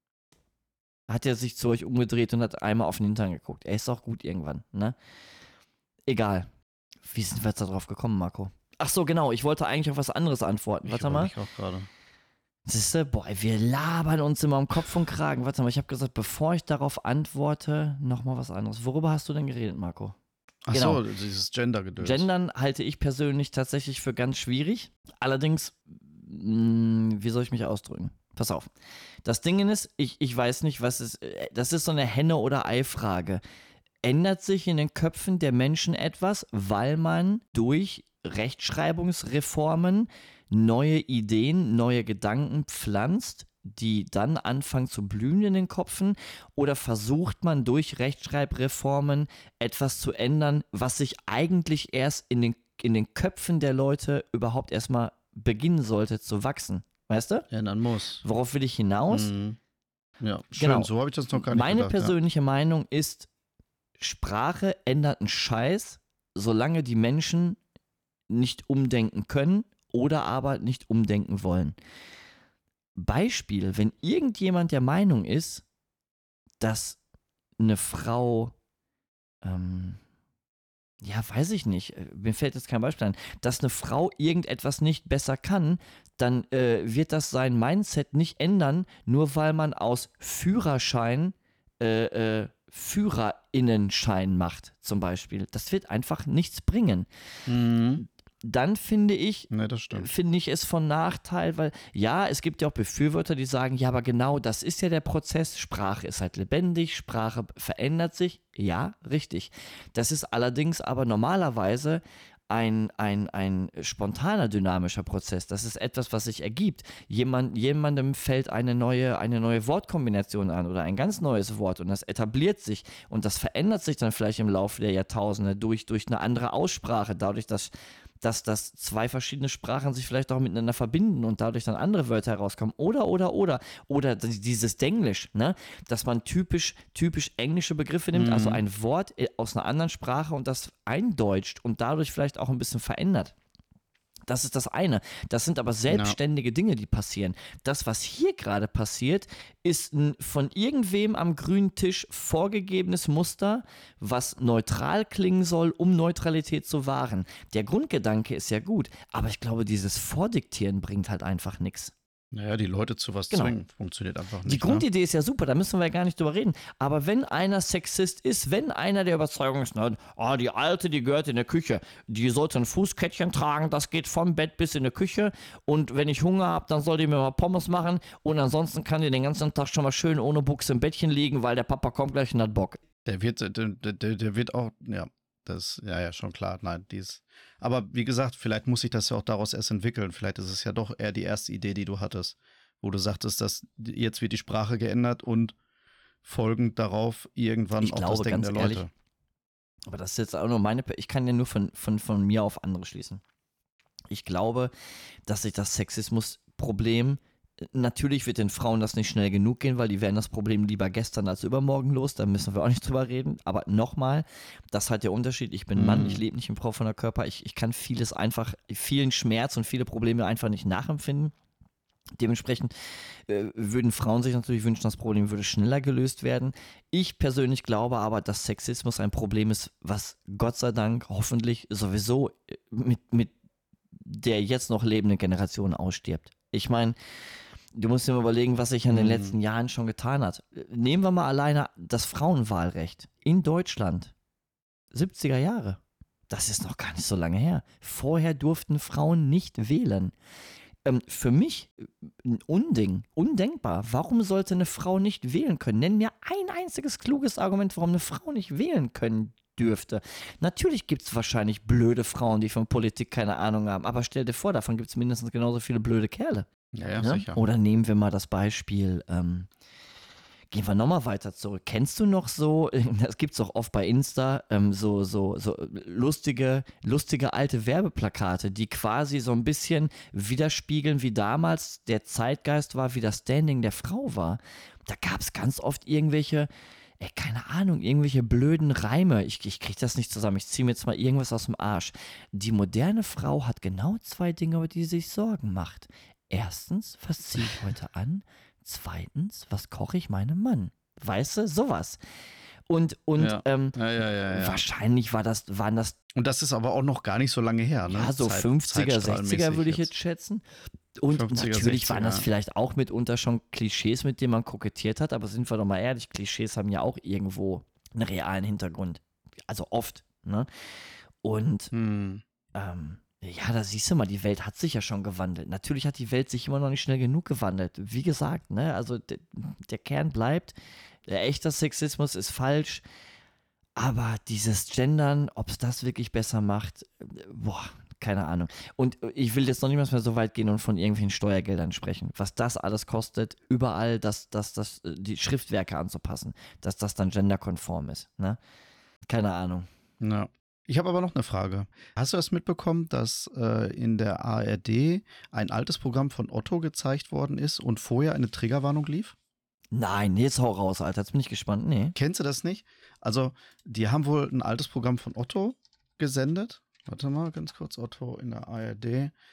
hat er sich zu euch umgedreht und hat einmal auf den Hintern geguckt. Er ist auch gut irgendwann, ne? Egal. Wie sind wir jetzt da drauf gekommen, Marco? Ach so, genau. Ich wollte eigentlich auf was anderes antworten. Ich Warte mal. überlege auch gerade. Siehste, boah, wir labern uns immer am Kopf und Kragen. Warte mal, ich habe gesagt, bevor ich darauf antworte, nochmal was anderes. Worüber hast du denn geredet, Marco? Ach Genau. so, dieses Gender-Gedöns. Gendern halte ich persönlich tatsächlich für ganz schwierig. Allerdings, mh, wie soll ich mich ausdrücken? Pass auf. Das Ding ist, ich, ich weiß nicht, was ist. äh, Das ist so eine Henne- oder Ei-Frage. Ändert sich in den Köpfen der Menschen etwas, weil man durch Rechtschreibungsreformen neue Ideen, neue Gedanken pflanzt, die dann anfangen zu blühen in den Köpfen? Oder versucht man durch Rechtschreibreformen etwas zu ändern, was sich eigentlich erst in den, in den Köpfen der Leute überhaupt erstmal beginnen sollte zu wachsen? Weißt du? Ändern muss. Worauf will ich hinaus? Mhm. Ja, schön, Genau. so habe ich das noch gar nicht Meine gedacht. persönliche Meinung ist, Sprache ändert einen Scheiß, solange die Menschen nicht umdenken können oder aber nicht umdenken wollen. Beispiel, wenn irgendjemand der Meinung ist, dass eine Frau, ähm, Ja, weiß ich nicht. Äh, Mir fällt jetzt kein Beispiel ein. Dass eine Frau irgendetwas nicht besser kann, dann äh, wird das sein Mindset nicht ändern, nur weil man aus Führerschein äh, äh, FührerInnenschein macht, zum Beispiel. Das wird einfach nichts bringen. Mhm. Dann finde ich, Ne, das stimmt. finde ich es von Nachteil, weil ja, es gibt ja auch Befürworter, die sagen, ja, aber genau das ist ja der Prozess. Sprache ist halt lebendig, Sprache verändert sich. Ja, richtig. Das ist allerdings aber normalerweise ein, ein, ein spontaner, dynamischer Prozess. Das ist etwas, was sich ergibt. Jemand, jemandem fällt eine neue, eine neue Wortkombination an oder ein ganz neues Wort und das etabliert sich und das verändert sich dann vielleicht im Laufe der Jahrtausende durch, durch eine andere Aussprache, dadurch, dass dass, dass zwei verschiedene Sprachen sich vielleicht auch miteinander verbinden und dadurch dann andere Wörter herauskommen. Oder, oder, oder. Oder dieses Denglisch, ne? Dass man typisch, typisch englische Begriffe nimmt, Mhm. also ein Wort äh, aus einer anderen Sprache und das eindeutscht und dadurch vielleicht auch ein bisschen verändert. Das ist das eine. Das sind aber selbstständige Dinge, die passieren. Das, was hier gerade passiert, ist ein von irgendwem am grünen Tisch vorgegebenes Muster, was neutral klingen soll, um Neutralität zu wahren. Der Grundgedanke ist ja gut, aber ich glaube, dieses Vordiktieren bringt halt einfach nichts. Naja, die Leute zu was Genau. zwingen, funktioniert einfach nicht. Die ne? Grundidee ist ja super, da müssen wir ja gar nicht drüber reden. Aber wenn einer Sexist ist, wenn einer der Überzeugung ist, na, oh, die Alte, die gehört in der Küche, die sollte ein Fußkettchen tragen, das geht vom Bett bis in die Küche. Und wenn ich Hunger habe, dann soll die mir mal Pommes machen. Und ansonsten kann die den ganzen Tag schon mal schön ohne Buchse im Bettchen liegen, weil der Papa kommt gleich und hat Bock. Der wird, der, der, der wird auch, ja, das, ja, ja, schon klar, nein, dies. Aber wie gesagt, vielleicht muss sich das ja auch daraus erst entwickeln. Vielleicht ist es ja doch eher die erste Idee, die du hattest, wo du sagtest, dass jetzt wird die Sprache geändert und folgend darauf irgendwann Ich auch glaube, das Denken ganz der Leute. ehrlich, aber das ist jetzt auch nur meine, ich kann ja nur von, von, von mir auf andere schließen. Ich glaube, dass sich das Sexismusproblem, natürlich wird den Frauen das nicht schnell genug gehen, weil die werden das Problem lieber gestern als übermorgen los, da müssen wir auch nicht drüber reden. Aber nochmal, das ist halt der Unterschied. Ich bin Mann, Mhm. ich lebe nicht im offener Körper, ich, ich kann vieles einfach, vielen Schmerz und viele Probleme einfach nicht nachempfinden. Dementsprechend äh, würden Frauen sich natürlich wünschen, das Problem würde schneller gelöst werden. Ich persönlich glaube aber, dass Sexismus ein Problem ist, was Gott sei Dank hoffentlich sowieso äh, mit, mit der jetzt noch lebenden Generation ausstirbt. Ich meine, du musst dir mal überlegen, was sich in den Mhm. letzten Jahren schon getan hat. Nehmen wir mal alleine das Frauenwahlrecht in Deutschland. siebziger Jahre. Das ist noch gar nicht so lange her. Vorher durften Frauen nicht wählen. Ähm, für mich äh, ein Unding, undenkbar. Warum sollte eine Frau nicht wählen können? Nenn mir ein einziges kluges Argument, warum eine Frau nicht wählen können dürfte. Natürlich gibt es wahrscheinlich blöde Frauen, die von Politik keine Ahnung haben, aber stell dir vor, davon gibt es mindestens genauso viele blöde Kerle. Ja, ja, Ne? sicher. Oder nehmen wir mal das Beispiel, ähm, gehen wir nochmal weiter zurück. Kennst du noch so, das gibt es auch oft bei Insta, ähm, so, so, so lustige, lustige alte Werbeplakate, die quasi so ein bisschen widerspiegeln, wie damals der Zeitgeist war, wie das Standing der Frau war. Da gab es ganz oft irgendwelche, ey, keine Ahnung, irgendwelche blöden Reime. Ich, ich kriege das nicht zusammen. Ich ziehe mir jetzt mal irgendwas aus dem Arsch. Die moderne Frau hat genau zwei Dinge, über die sie sich Sorgen macht. Erstens, was ziehe ich heute an? Zweitens, was koche ich meinem Mann? Weißt du, sowas. Und, und Ja. ähm, Ja, ja, ja, ja. wahrscheinlich war das, waren das Und das ist aber auch noch gar nicht so lange her, ne? ja, so Zeit- fünfziger, zeitstrahlmäßig sechziger würde ich jetzt schätzen. Und fünfziger, natürlich waren das sechziger. vielleicht auch mitunter schon Klischees, mit denen man kokettiert hat, aber sind wir doch mal ehrlich, Klischees haben ja auch irgendwo einen realen Hintergrund. Also oft, ne? Und Hm. ähm, ja, da siehst du mal, die Welt hat sich ja schon gewandelt. Natürlich hat die Welt sich immer noch nicht schnell genug gewandelt. Wie gesagt, ne, also de, der Kern bleibt, der echte Sexismus ist falsch, aber dieses Gendern, ob es das wirklich besser macht, äh, boah, keine Ahnung. Und äh, ich will jetzt noch nicht mal mehr so weit gehen und von irgendwelchen Steuergeldern sprechen. Was das alles kostet, überall das, das, das, äh, die Schriftwerke anzupassen, dass das dann genderkonform ist. Ne? Keine Ahnung. Ja. Ich habe aber noch eine Frage. Hast du das mitbekommen, dass äh, in der A R D ein altes Programm von Otto gezeigt worden ist und vorher eine Triggerwarnung lief? Nein, jetzt hau raus, Alter. Jetzt bin ich gespannt. Nee. Kennst du das nicht? Also, die haben wohl ein altes Programm von Otto gesendet. Warte mal, ganz kurz, Otto in der A R D.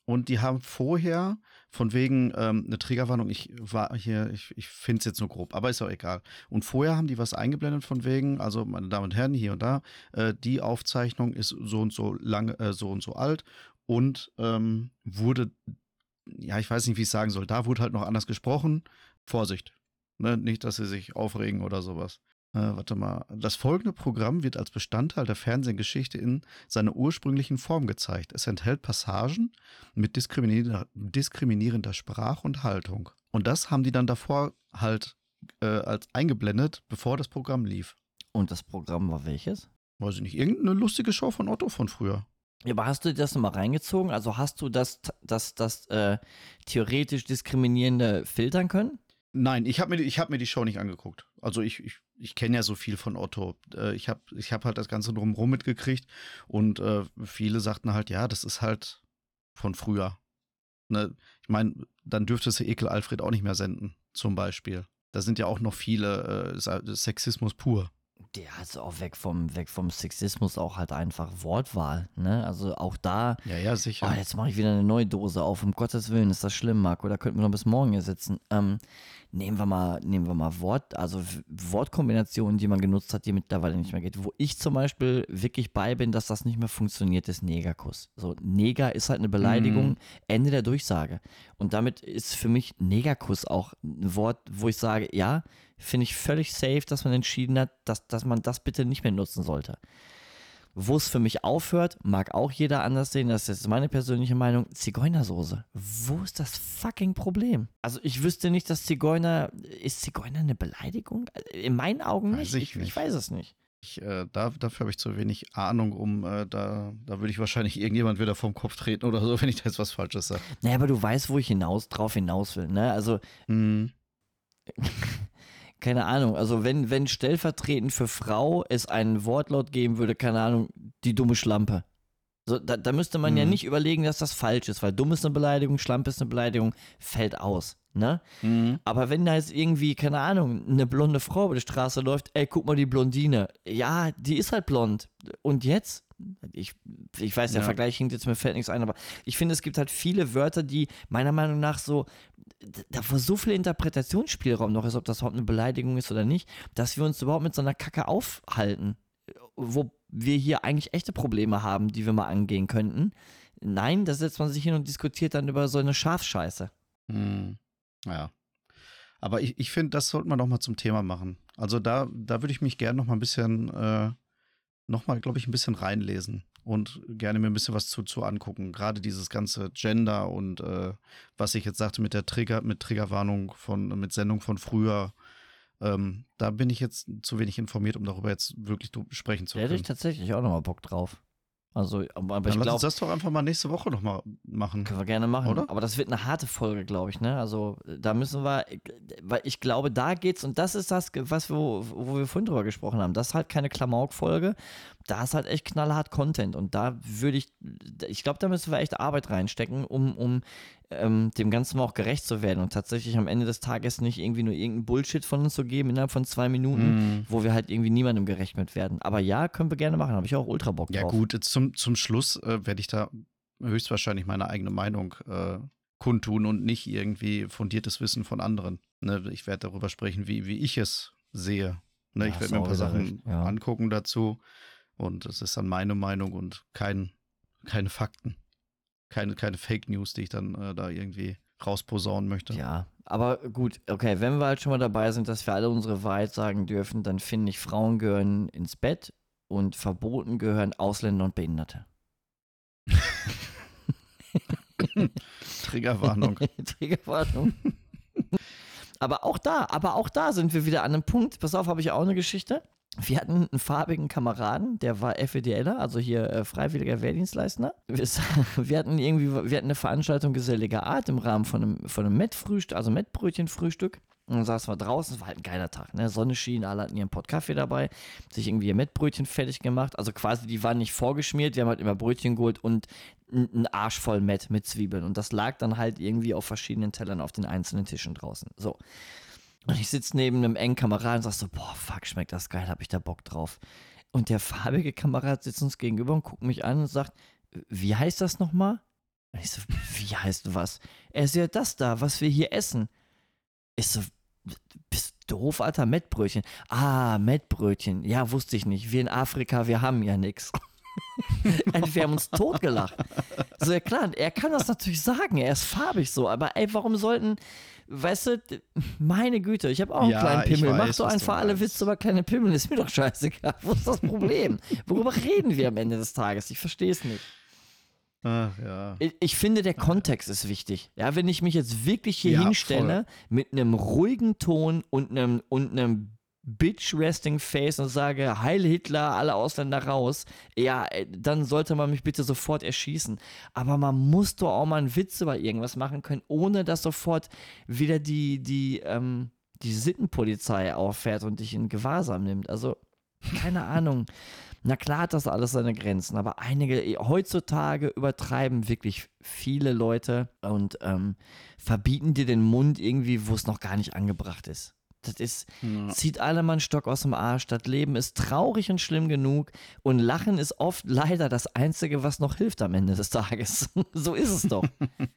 Und die haben vorher, von wegen ähm, eine Triggerwarnung, ich war hier, ich, ich finde es jetzt nur grob, aber ist auch egal. Und vorher haben die was eingeblendet von wegen, also meine Damen und Herren, hier und da, äh, die Aufzeichnung ist so und so lang, äh, so und so alt und ähm, wurde, ja, ich weiß nicht, wie ich sagen soll, da wurde halt noch anders gesprochen. Vorsicht, ne? Nicht, dass sie sich aufregen oder sowas. Äh, warte mal. Das folgende Programm wird als Bestandteil der Fernsehgeschichte in seiner ursprünglichen Form gezeigt. Es enthält Passagen mit diskriminierender, diskriminierender Sprache und Haltung. Und das haben die dann davor halt äh, als eingeblendet, bevor das Programm lief. Und das Programm war welches? Weiß ich nicht. Irgendeine lustige Show von Otto von früher. Ja, aber hast du das nochmal reingezogen? Also hast du das, das, das äh, theoretisch Diskriminierende filtern können? Nein, ich habe mir, die- ich hab mir die Show nicht angeguckt. Also ich, ich, ich kenne ja so viel von Otto. Äh, Ich habe ich hab halt das Ganze drumherum mitgekriegt und äh, viele sagten halt, ja, das ist halt von früher. Ne? Ich meine, dann dürfte es Ekel Alfred auch nicht mehr senden, zum Beispiel. Da sind ja auch noch viele äh, Sa- Sexismus pur. Ja, also auch weg vom, weg vom Sexismus, auch halt einfach Wortwahl, ne? Also auch da, Ja, ja, oh, sicher. jetzt mache ich wieder eine neue Dose auf, um Gottes Willen, ist das schlimm, Marco, da könnten wir noch bis morgen hier sitzen. Ähm, nehmen wir mal, nehmen wir mal Wort, also W- Wortkombinationen, die man genutzt hat, die mittlerweile nicht mehr geht. Wo ich zum Beispiel wirklich bei bin, dass das nicht mehr funktioniert, ist Negerkuss. So, Neger ist halt eine Beleidigung, Mhm. Ende der Durchsage. Und damit ist für mich Negerkuss auch ein Wort, wo ich sage, ja, finde ich völlig safe, dass man entschieden hat, dass, dass man das bitte nicht mehr nutzen sollte. Wo es für mich aufhört, mag auch jeder anders sehen, das ist jetzt meine persönliche Meinung, Zigeunersoße. Wo ist das fucking Problem? Also ich wüsste nicht, dass Zigeuner, ist Zigeuner eine Beleidigung? In meinen Augen Weiß nicht, ich ich, ich nicht. weiß es nicht. Ich, äh, da, dafür habe ich zu wenig Ahnung, um äh, da, da würde ich wahrscheinlich irgendjemand wieder vom Kopf treten oder so, wenn ich da jetzt was Falsches sage. Naja, aber du weißt, wo ich hinaus, drauf hinaus will, ne? Also Mhm. keine Ahnung, also wenn, wenn stellvertretend für Frau es einen Wortlaut geben würde, keine Ahnung, die dumme Schlampe. So, da, da müsste man ja Mhm. nicht überlegen, dass das falsch ist, weil dumm ist eine Beleidigung, Schlampe ist eine Beleidigung, fällt aus, ne? Mhm. Aber wenn da jetzt irgendwie, keine Ahnung, eine blonde Frau über die Straße läuft, ey, guck mal die Blondine. Ja, die ist halt blond. Und jetzt? Ich, ich weiß, der Ja. Vergleich hinkt jetzt, mir fällt nichts ein, aber ich finde, es gibt halt viele Wörter, die meiner Meinung nach so, da wo so viel Interpretationsspielraum noch ist, ob das überhaupt eine Beleidigung ist oder nicht, dass wir uns überhaupt mit so einer Kacke aufhalten, wo wir hier eigentlich echte Probleme haben, die wir mal angehen könnten. Nein, da setzt man sich hin und diskutiert dann über so eine Schafscheiße. Mhm. Ja. Aber ich, ich finde, das sollte man doch mal zum Thema machen. Also da, da würde ich mich gerne noch mal ein bisschen, äh, noch mal, glaube ich, ein bisschen reinlesen und gerne mir ein bisschen was zu, zu angucken. Gerade dieses ganze Gender und äh, was ich jetzt sagte mit der Trigger, mit Triggerwarnung von, mit Sendung von früher. Ähm, da bin ich jetzt zu wenig informiert, um darüber jetzt wirklich dr- sprechen zu Da hätte ich können. tatsächlich auch nochmal Bock drauf. Also, aber, aber Dann ich lass uns glaube, das doch einfach mal nächste Woche noch mal machen, können wir gerne machen. oder? Aber das wird eine harte Folge, glaube ich, ne? Also, da müssen wir, weil ich glaube, da geht's, und das ist das, was wir, wo wir vorhin drüber gesprochen haben. Das ist halt keine Klamauk-Folge. Da ist halt echt knallhart Content. Und da würde ich, ich glaube, da müssen wir echt Arbeit reinstecken, um, um ähm, dem Ganzen auch gerecht zu werden und tatsächlich am Ende des Tages nicht irgendwie nur irgendeinen Bullshit von uns zu geben innerhalb von zwei Minuten, Mhm. wo wir halt irgendwie niemandem gerecht mit werden. Aber ja, können wir gerne machen. Habe ich auch ultra Bock Ja drauf. gut, jetzt zum, zum Schluss äh, werde ich da höchstwahrscheinlich meine eigene Meinung äh, kundtun und nicht irgendwie fundiertes Wissen von anderen. Ne, ich werde darüber sprechen, wie, wie ich es sehe. Ne, Ja, ich ist werde mir ein auch paar wieder Sachen recht, ja. angucken dazu und es ist dann meine Meinung und kein, keine Fakten. Keine, keine Fake News, die ich dann äh, da irgendwie rausposaunen möchte. Ja, aber gut, okay, wenn wir halt schon mal dabei sind, dass wir alle unsere Wahrheit sagen dürfen, dann finde ich, Frauen gehören ins Bett und verboten gehören Ausländer und Behinderte. Triggerwarnung. Triggerwarnung. Aber auch da, aber auch da sind wir wieder an einem Punkt. Pass auf, habe ich auch eine Geschichte. Wir hatten einen farbigen Kameraden, der war FEDLer, also hier äh, freiwilliger Wehrdienstleister. Wir, wir hatten irgendwie, wir hatten eine Veranstaltung geselliger Art im Rahmen von einem, von einem Mettfrühstück, also Mettbrötchenfrühstück. Und dann saßen wir draußen, es war halt ein geiler Tag, ne? Sonne schien, alle hatten ihren Pott Kaffee dabei, sich irgendwie ihr Mettbrötchen fertig gemacht. Also quasi, die waren nicht vorgeschmiert, wir haben halt immer Brötchen geholt und einen Arsch voll Mett mit Zwiebeln. Und das lag dann halt irgendwie auf verschiedenen Tellern auf den einzelnen Tischen draußen. So. Und ich sitze neben einem engen Kameraden und sag so, boah, fuck, schmeckt das geil, hab ich da Bock drauf. Und der farbige Kamerad sitzt uns gegenüber und guckt mich an und sagt, wie heißt das nochmal? Und ich so, wie heißt was? Er ist ja das da, was wir hier essen. Ich so, bist du doof, Alter? Mettbrötchen. Ah, Mettbrötchen. Ja, wusste ich nicht. Wir in Afrika, wir haben ja nichts. Wir haben uns totgelacht. So, ja klar, er kann das natürlich sagen, er ist farbig so, aber ey, warum sollten, weißt du, meine Güte, ich habe auch einen Ja, kleinen ich Pimmel, mach weiß, doch was einfach du alle meinst. Witze über kleine Pimmel, ist mir doch scheißegal, wo ist das Problem? Worüber reden wir am Ende des Tages? Ich verstehe es nicht. Ach, ja. Ich, ich finde, der Kontext ist wichtig. Ja, wenn ich mich jetzt wirklich hier Ja, hinstelle mit einem ruhigen Ton und einem, und einem Bitch-Resting-Face und sage, Heil Hitler, alle Ausländer raus, ja, äh, dann sollte man mich bitte sofort erschießen. Aber man muss doch auch mal einen Witz über irgendwas machen können, ohne dass sofort wieder die, die, ähm, die Sittenpolizei auffährt und dich in Gewahrsam nimmt. Also, keine Ahnung. Na klar hat das alles seine Grenzen, aber einige, heutzutage übertreiben wirklich viele Leute und ähm, verbieten dir den Mund irgendwie, wo es noch gar nicht angebracht ist. Das ist, Ja. zieht alle mal einen Stock aus dem Arsch. Das Leben ist traurig und schlimm genug und Lachen ist oft leider das Einzige, was noch hilft am Ende des Tages. So ist es doch.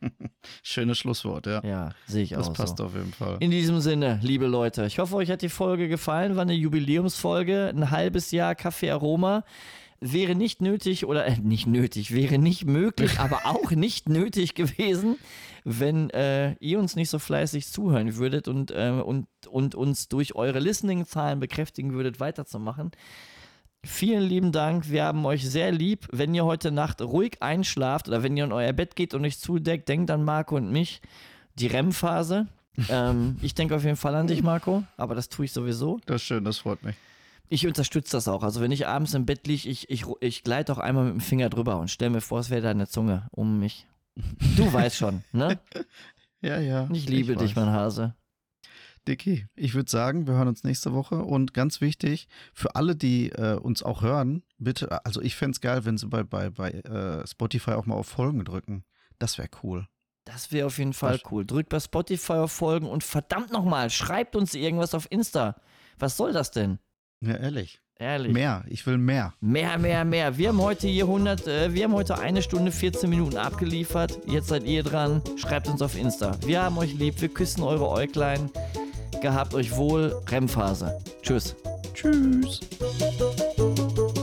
Schönes Schlusswort, ja. Ja, sehe ich Das auch passt so. auf jeden Fall. In diesem Sinne, liebe Leute, ich hoffe, euch hat die Folge gefallen. War eine Jubiläumsfolge, ein halbes Jahr Kaffee Aroma. Wäre nicht nötig oder äh, nicht nötig, wäre nicht möglich, aber auch nicht nötig gewesen, wenn äh, ihr uns nicht so fleißig zuhören würdet und, äh, und, und uns durch eure Listening-Zahlen bekräftigen würdet, weiterzumachen. Vielen lieben Dank, wir haben euch sehr lieb. Wenn ihr heute Nacht ruhig einschlaft oder wenn ihr in euer Bett geht und euch zudeckt, denkt an Marco und mich. Die R E M-Phase. ähm, ich denke auf jeden Fall an dich, Marco, aber das tue ich sowieso. Das ist schön, das freut mich. Ich unterstütze das auch. Also wenn ich abends im Bett liege, ich, ich, ich gleite auch einmal mit dem Finger drüber und stell mir vor, es wäre deine Zunge um mich. Du weißt schon, ne? Ja, ja. Ich liebe ich dich, weiß. mein Hase. Dicky, ich würde sagen, wir hören uns nächste Woche. Und ganz wichtig, für alle, die äh, uns auch hören, bitte, also ich fände es geil, wenn sie bei, bei, bei äh, Spotify auch mal auf Folgen drücken. Das wäre cool. Das wäre auf jeden Fall Das- cool. Drückt bei Spotify auf Folgen und verdammt nochmal, schreibt uns irgendwas auf Insta. Was soll das denn? Ja, ehrlich. Ehrlich. Mehr, ich will mehr. Mehr, mehr, mehr. Wir haben heute hier hundert, äh, wir haben heute eine Stunde, vierzehn Minuten abgeliefert. Jetzt seid ihr dran. Schreibt uns auf Insta. Wir haben euch lieb. Wir küssen eure Äuglein. Gehabt euch wohl. R E M-Phase. Tschüss. Tschüss.